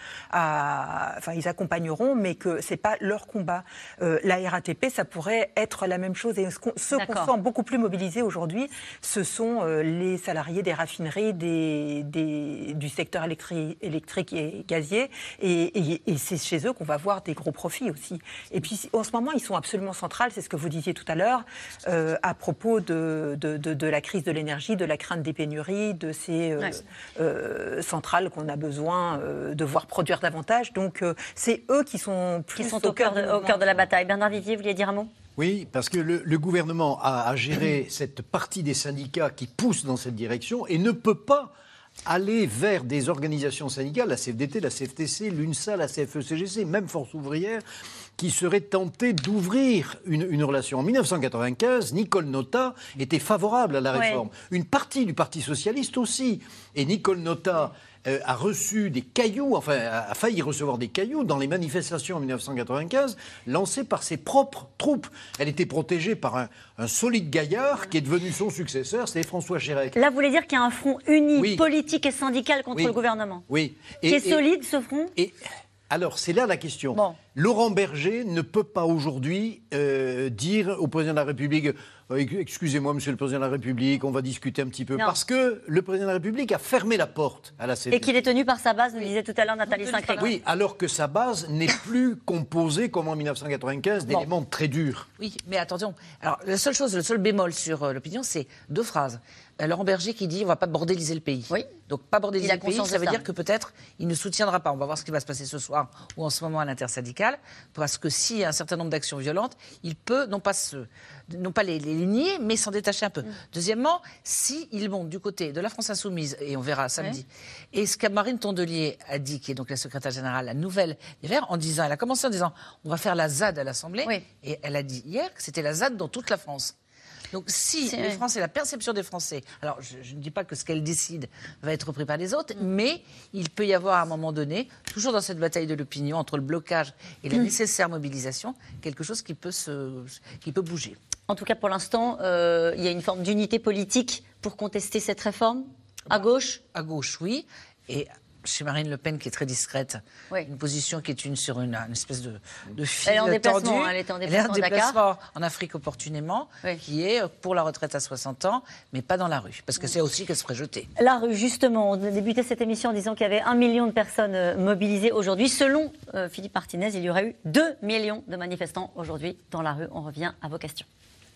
Speaker 4: à... Enfin, ils accompagneront, mais que ce n'est pas leur combat. Euh, la R A T P, ça pourrait être la même chose. Et ce qu'on, ceux qu'on sent beaucoup plus mobilisés aujourd'hui, ce sont euh, les salariés des raffineries, des, des, du secteur électri- électrique et gazier, et, et, et c'est chez eux qu'on va voir des gros profits aussi. Et puis, en ce moment, ils sont absolument centrales, c'est ce que vous disiez tout à l'heure, euh, à propos de, de, de, de la crise de l'énergie, de la crainte des pénuries, de ces euh, ouais. euh, centrales qu'on a besoin euh, de voir produire davantage. Donc, euh, c'est eux qui sont plus
Speaker 1: qui sont au, au, cœur de, au cœur de la bataille. Bernard Vivier, vous vouliez dire un mot ?
Speaker 2: Oui, parce que le, le gouvernement a, a géré cette partie des syndicats qui poussent dans cette direction et ne peut pas aller vers des organisations syndicales, la C F D T, la C F T C, l'UNSA, la C F E C G C, même Force ouvrière, qui seraient tentés d'ouvrir une, une relation. En dix-neuf cent quatre-vingt-quinze, Nicole Notat était favorable à la réforme. Ouais. Une partie du Parti socialiste aussi. Et Nicole Notat euh, a reçu des cailloux, enfin a failli recevoir des cailloux dans les manifestations en dix-neuf cent quatre-vingt-quinze lancées par ses propres troupes. Elle était protégée par un, un solide gaillard qui est devenu son successeur, c'était François Chérec.
Speaker 1: Là, vous voulez dire qu'il y a un front uni, oui. politique et syndical contre
Speaker 2: oui.
Speaker 1: le gouvernement.
Speaker 2: Oui.
Speaker 1: Et, qui est solide, et, ce front
Speaker 2: et, Alors, c'est là la question. Bon. Laurent Berger ne peut pas aujourd'hui euh, dire au président de la République euh, « Excusez-moi, monsieur le président de la République, on va discuter un petit peu. » Parce que le président de la République a fermé la porte à la C F D T.
Speaker 1: Et qu'il est tenu par sa base, nous disait tout à l'heure Nathalie Saint-Cré.
Speaker 2: Oui, alors que sa base n'est plus composée, comme en dix-neuf cent quatre-vingt-quinze, bon. d'éléments très durs.
Speaker 3: Oui, mais attention. Alors, la seule chose, le seul bémol sur euh, l'opinion, c'est deux phrases. Euh, Laurent Berger qui dit on ne va pas bordéliser le pays.
Speaker 1: Oui.
Speaker 3: Donc, pas bordéliser le pays, ça veut
Speaker 1: ça.
Speaker 3: dire que peut-être il ne soutiendra pas. On va voir ce qui va se passer ce soir ou en ce moment à l'intersyndicale. Parce que s'il y a un certain nombre d'actions violentes, il peut non pas, se, non pas les, les nier, mais s'en détacher un peu. Mmh. Deuxièmement, s'il monte du côté de la France Insoumise, et on verra samedi, ouais. et ce que Marine Tondelier a dit, qui est donc la secrétaire générale, la nouvelle des Verts, en disant, elle a commencé en disant on va faire la Z A D à l'Assemblée, oui. et elle a dit hier que c'était la Z A D dans toute la France. Donc si c'est les Français, la perception des Français, alors je, je ne dis pas que ce qu'elle décide va être repris par les autres, mmh. mais il peut y avoir à un moment donné, toujours dans cette bataille de l'opinion, entre le blocage et la mmh. nécessaire mobilisation, quelque chose qui peut, se, qui peut bouger.
Speaker 1: En tout cas, pour l'instant, euh, il y a une forme d'unité politique pour contester cette réforme, à bah, gauche ?
Speaker 3: À gauche, oui. Et chez Marine Le Pen, qui est très discrète, oui. une position qui est une sur une, une espèce de, de fil
Speaker 1: elle est en déplacement,
Speaker 3: tendu.
Speaker 1: Hein, elle était en déplacement,
Speaker 3: elle est en déplacement
Speaker 1: Dakar.
Speaker 3: en Afrique opportunément,
Speaker 1: oui.
Speaker 3: qui est pour la retraite à soixante ans, mais pas dans la rue, parce que c'est aussi qu'elle se ferait jeter.
Speaker 1: La rue, justement, on a débuté cette émission en disant qu'il y avait un million de personnes mobilisées aujourd'hui. Selon euh, Philippe Martinez, il y aurait eu deux millions de manifestants aujourd'hui dans la rue. On revient à vos questions.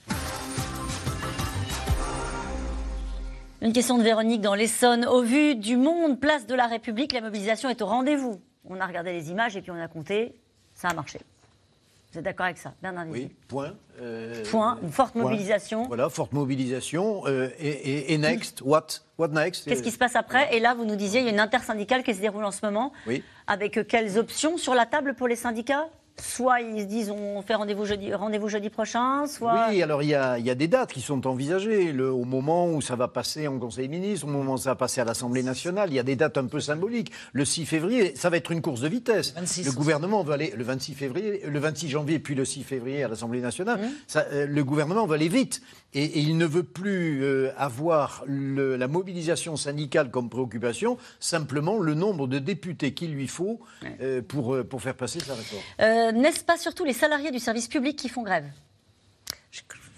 Speaker 1: Une question de Véronique dans l'Essonne. Au vu du monde, place de la République, la mobilisation est au rendez-vous. On a regardé les images et puis on a compté, ça a marché. Vous êtes d'accord avec ça, Bernard Vivier ?
Speaker 2: Oui, point. Euh,
Speaker 1: point, une forte
Speaker 2: point.
Speaker 1: mobilisation.
Speaker 2: Voilà, forte mobilisation. Euh, et, et, et next, what, what next ?
Speaker 1: Qu'est-ce qui se passe après ? Et là, vous nous disiez, il y a une intersyndicale qui se déroule en ce moment.
Speaker 2: Oui.
Speaker 1: Avec quelles options sur la table pour les syndicats ? Soit ils se disent on fait rendez-vous jeudi, rendez-vous jeudi prochain, soit...
Speaker 2: Oui, alors il y a, y a des dates qui sont envisagées. Le, au moment où ça va passer en Conseil des ministres, au moment où ça va passer à l'Assemblée nationale, il y a des dates un peu symboliques. Le six février, ça va être une course de vitesse.
Speaker 3: vingt-six
Speaker 2: Le gouvernement va aller le vingt-six février, le vingt-six janvier, puis le six février à l'Assemblée nationale. Mmh. Ça, euh, le gouvernement va aller vite. Et, et il ne veut plus euh, avoir le, la mobilisation syndicale comme préoccupation, simplement le nombre de députés qu'il lui faut euh, pour, euh, pour faire passer sa réforme.
Speaker 1: Euh, n'est-ce pas surtout les salariés du service public qui font grève ?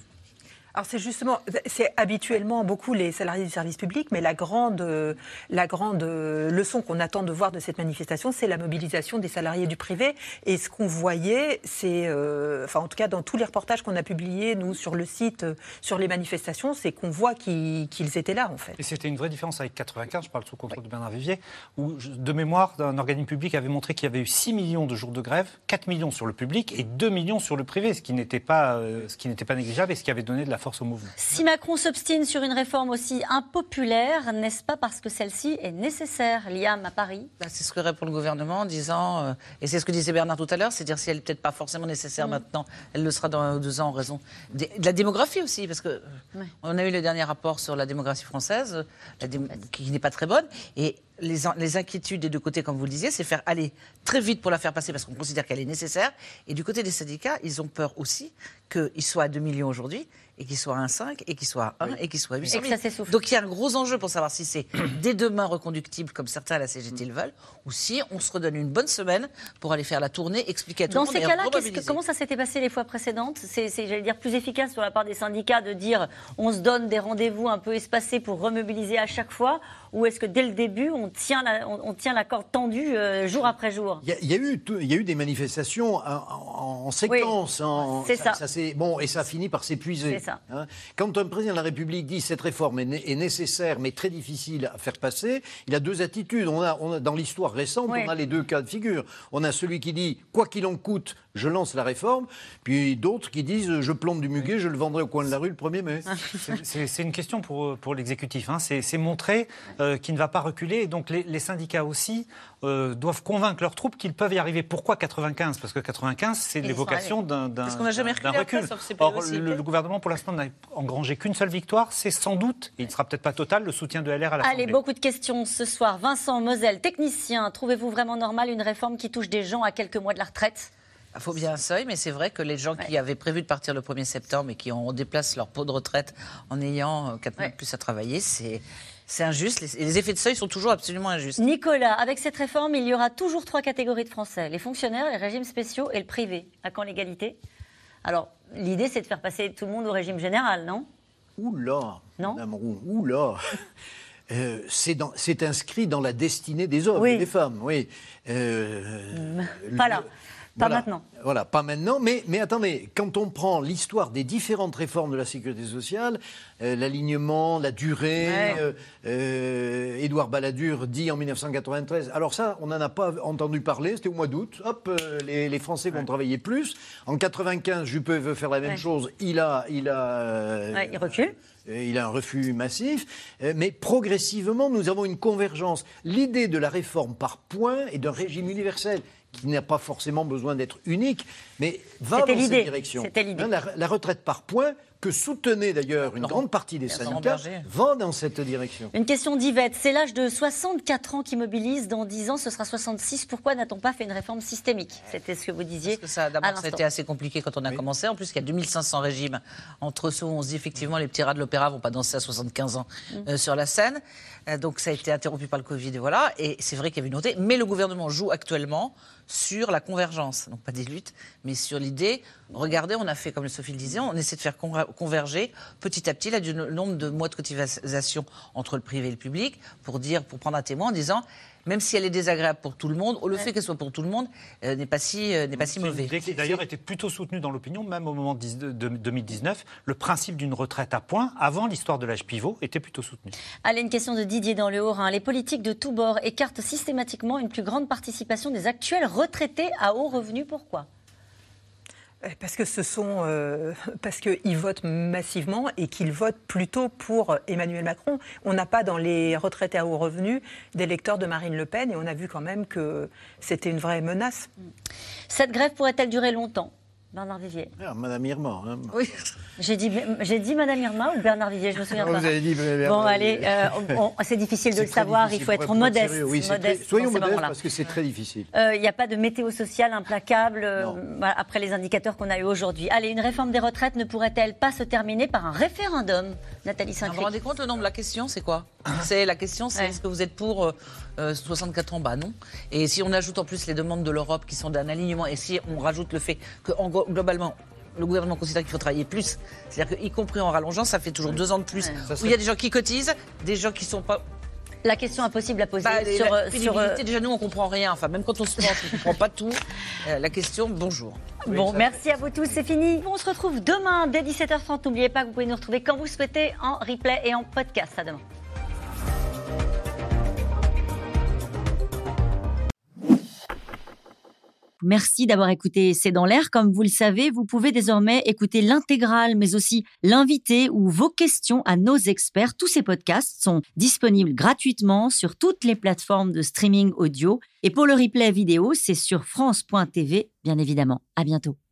Speaker 4: Alors c'est justement, c'est habituellement beaucoup les salariés du service public, mais la grande, la grande leçon qu'on attend de voir de cette manifestation, c'est la mobilisation des salariés du privé. Et ce qu'on voyait, c'est, euh, enfin en tout cas dans tous les reportages qu'on a publiés, nous, sur le site, euh, sur les manifestations, c'est qu'on voit qu'ils, qu'ils étaient là, en fait.
Speaker 5: Et c'était une vraie différence avec quatre-vingt-quinze, je parle sous contrôle de Bernard Vivier, où, de mémoire, un organisme public avait montré qu'il y avait eu six millions de jours de grève, quatre millions sur le public et deux millions sur le privé, ce qui n'était pas, euh, ce qui n'était pas négligeable et ce qui avait donné de la force au mouvement.
Speaker 1: Si Macron s'obstine sur une réforme aussi impopulaire, n'est-ce pas parce que celle-ci est nécessaire, Liam, à Paris?
Speaker 3: Bah, c'est ce que répond le gouvernement en disant, euh, et c'est ce que disait Bernard tout à l'heure, c'est-à-dire si elle n'est peut-être pas forcément nécessaire mmh. maintenant, elle le sera dans un ou deux ans en raison de, de la démographie aussi, parce que ouais. on a eu le dernier rapport sur la démographie française, la dé, qui n'est pas très bonne, et les, les inquiétudes des deux côtés, comme vous le disiez, c'est faire aller très vite pour la faire passer parce qu'on considère qu'elle est nécessaire. Et du côté des syndicats, ils ont peur aussi qu'il soit à deux millions aujourd'hui et qu'il soit à un virgule cinq et qu'il soit à un oui. et qu'il soit à huit cent mille. Donc il y a un gros enjeu pour savoir si c'est dès demain reconductible, comme certains à la C G T le veulent, ou si on se redonne une bonne semaine pour aller faire la tournée, expliquer à tout
Speaker 1: Dans
Speaker 3: le monde.
Speaker 1: Dans ces cas-là, que, comment ça s'était passé les fois précédentes? C'est, c'est, j'allais dire, plus efficace sur la part des syndicats de dire on se donne des rendez-vous un peu espacés pour remobiliser à chaque fois, ou est-ce que dès le début, on tient la, on, on tient la corde tendue euh, jour après jour?
Speaker 2: Il y, y, y, y a eu des manifestations en, en, en séquence.
Speaker 1: Oui,
Speaker 2: en,
Speaker 1: c'est ça.
Speaker 2: ça, ça c'est, bon, et ça finit par s'épuiser.
Speaker 1: C'est ça.
Speaker 2: Hein. Quand un président de la République dit cette réforme est, né, est nécessaire mais très difficile à faire passer, il a deux attitudes. On a, on a, dans l'histoire récente, oui. on a les deux cas de figure. On a celui qui dit quoi qu'il en coûte, je lance la réforme, puis d'autres qui disent je plombe du muguet, je le vendrai au coin de la rue le premier mai.
Speaker 5: C'est, c'est, c'est une question pour, pour l'exécutif. Hein. C'est, c'est montrer euh, qu'il ne va pas reculer. Donc les, les syndicats aussi euh, doivent convaincre leurs troupes qu'ils peuvent y arriver. Pourquoi quatre-vingt-quinze? Parce que quatre-vingt-quinze, c'est l'évocation d'un, d'un,
Speaker 3: Parce qu'on n'a jamais
Speaker 5: d'un recul.
Speaker 3: Après, sauf
Speaker 5: Or, le, le gouvernement, pour l'instant, n'a engrangé qu'une seule victoire. C'est sans doute, et il ne sera peut-être pas total, le soutien de L R à l'Assemblée.
Speaker 1: Allez, beaucoup de questions ce soir. Vincent Moselle, technicien, trouvez-vous vraiment normal une réforme qui touche des gens à quelques mois de la retraite?
Speaker 3: Il faut bien un seuil, mais c'est vrai que les gens ouais. qui avaient prévu de partir le premier septembre et qui ont déplacé leur pot de retraite en ayant quatre mois ouais. de plus à travailler, c'est... C'est injuste, les, les effets de seuil sont toujours absolument injustes.
Speaker 1: Nicolas, avec cette réforme, il y aura toujours trois catégories de Français. Les fonctionnaires, les régimes spéciaux et le privé. À quand l'égalité? Alors, l'idée, c'est de faire passer tout le monde au régime général, non?
Speaker 2: Oula,
Speaker 1: non
Speaker 2: Madame Roux, oula euh, c'est, dans, c'est inscrit dans la destinée des hommes oui. et des femmes, oui.
Speaker 1: Euh, Pas là. Pas
Speaker 2: voilà,
Speaker 1: maintenant.
Speaker 2: Voilà, pas maintenant. Mais, mais attendez, quand on prend l'histoire des différentes réformes de la sécurité sociale, euh, l'alignement, la durée, ouais. euh, euh, Édouard Balladur dit en dix-neuf cent quatre-vingt-treize, alors ça, on n'en a pas entendu parler, c'était au mois d'août, hop, euh, les, les Français vont ouais. travailler plus. En quatre-vingt-quinze, Juppé veut faire la même ouais. chose, il a... Il, a, euh,
Speaker 1: ouais, il recule.
Speaker 2: Il a un refus massif, mais progressivement, nous avons une convergence. L'idée de la réforme par points et d'un régime universel qui n'a pas forcément besoin d'être unique, mais va
Speaker 1: C'était
Speaker 2: dans
Speaker 1: l'idée.
Speaker 2: cette direction.
Speaker 1: C'était l'idée.
Speaker 2: Hein, la, la retraite par points, que soutenait d'ailleurs une non. grande partie des syndicats, va dans cette direction.
Speaker 1: Une question d'Yvette. C'est l'âge de soixante-quatre ans qui mobilise. Dans dix ans, ce sera soixante-six. Pourquoi n'a-t-on pas fait une réforme systémique? C'était ce que vous disiez.
Speaker 3: Parce que ça, d'abord, ça a été assez compliqué quand on a oui. commencé. En plus, il y a deux mille cinq cents régimes. Entre ceux où on se dit effectivement les petits rats de l'opéra ne vont pas danser à soixante-quinze ans mmh. euh, sur la scène. Euh, donc ça a été interrompu par le Covid. Et voilà. Et c'est vrai qu'il y avait une nouveauté. Mais le gouvernement joue actuellement sur la convergence. Donc pas des luttes, mais sur l'idée. Regardez, on a fait, comme Sophie le disait, on essaie de faire converger petit à petit là, du nombre de mois de cotisation entre le privé et le public pour dire, pour prendre un témoin en disant, même si elle est désagréable pour tout le monde, le ouais. fait qu'elle soit pour tout le monde euh, n'est pas si, euh, n'est pas si mauvais.
Speaker 5: Qui d'ailleurs était plutôt soutenu dans l'opinion, même au moment de deux mille dix-neuf, le principe d'une retraite à points, avant l'histoire de l'âge pivot, était plutôt soutenu.
Speaker 1: Allez, une question de Didier dans le Haut-Rhin. Les politiques de tous bords écartent systématiquement une plus grande participation des actuels retraités à haut revenu. Pourquoi ?
Speaker 4: Parce que ce sont, euh, parce qu'ils votent massivement et qu'ils votent plutôt pour Emmanuel Macron. On n'a pas dans les retraités à haut revenu d'électeurs de Marine Le Pen et on a vu quand même que c'était une vraie menace.
Speaker 1: Cette grève pourrait-elle durer longtemps ? Bernard Vivier.
Speaker 2: Ah, Madame Irma. Hein.
Speaker 1: Oui. J'ai dit, j'ai dit Madame Irma ou Bernard Vivier, je me souviens
Speaker 2: non,
Speaker 1: pas.
Speaker 2: Vous avez dit Bernard
Speaker 1: Bon, allez, euh, on, on, c'est difficile c'est de le savoir, difficile. Il faut être modeste.
Speaker 2: Oui,
Speaker 1: modeste
Speaker 2: très, soyons modestes parce que c'est très difficile.
Speaker 1: Il euh, n'y a pas de météo sociale implacable euh, après les indicateurs qu'on a eus aujourd'hui. Allez, une réforme des retraites ne pourrait-elle pas se terminer par un référendum, Nathalie Saint-Cric?
Speaker 3: Vous vous rendez compte le nombre? La question, c'est quoi? C'est la question, c'est ouais. Est-ce que vous êtes pour euh, euh, soixante-quatre ans? Bah non. Et si on ajoute en plus les demandes de l'Europe qui sont d'un alignement, et si on rajoute le fait que en, globalement le gouvernement considère qu'il faut travailler plus. C'est-à-dire qu'y compris en rallongeant, ça fait toujours deux ans de plus.
Speaker 1: Ouais.
Speaker 3: Où il y a des gens qui cotisent, des gens qui sont pas...
Speaker 1: La question impossible à poser
Speaker 3: Bah,
Speaker 1: sur...
Speaker 3: la
Speaker 1: sur
Speaker 3: pénibilité, déjà, nous, on comprend rien. Enfin, même quand on se penche, on ne comprend pas tout. Euh, la question, bonjour.
Speaker 1: Bon, merci à vous tous, c'est fini. On se retrouve demain dès dix-sept heures trente. N'oubliez pas que vous pouvez nous retrouver quand vous souhaitez en replay et en podcast. À demain. Merci d'avoir écouté C'est dans l'air. Comme vous le savez, vous pouvez désormais écouter l'intégrale, mais aussi l'invité ou vos questions à nos experts. Tous ces podcasts sont disponibles gratuitement sur toutes les plateformes de streaming audio. Et pour le replay vidéo, c'est sur France point T V, bien évidemment. À bientôt.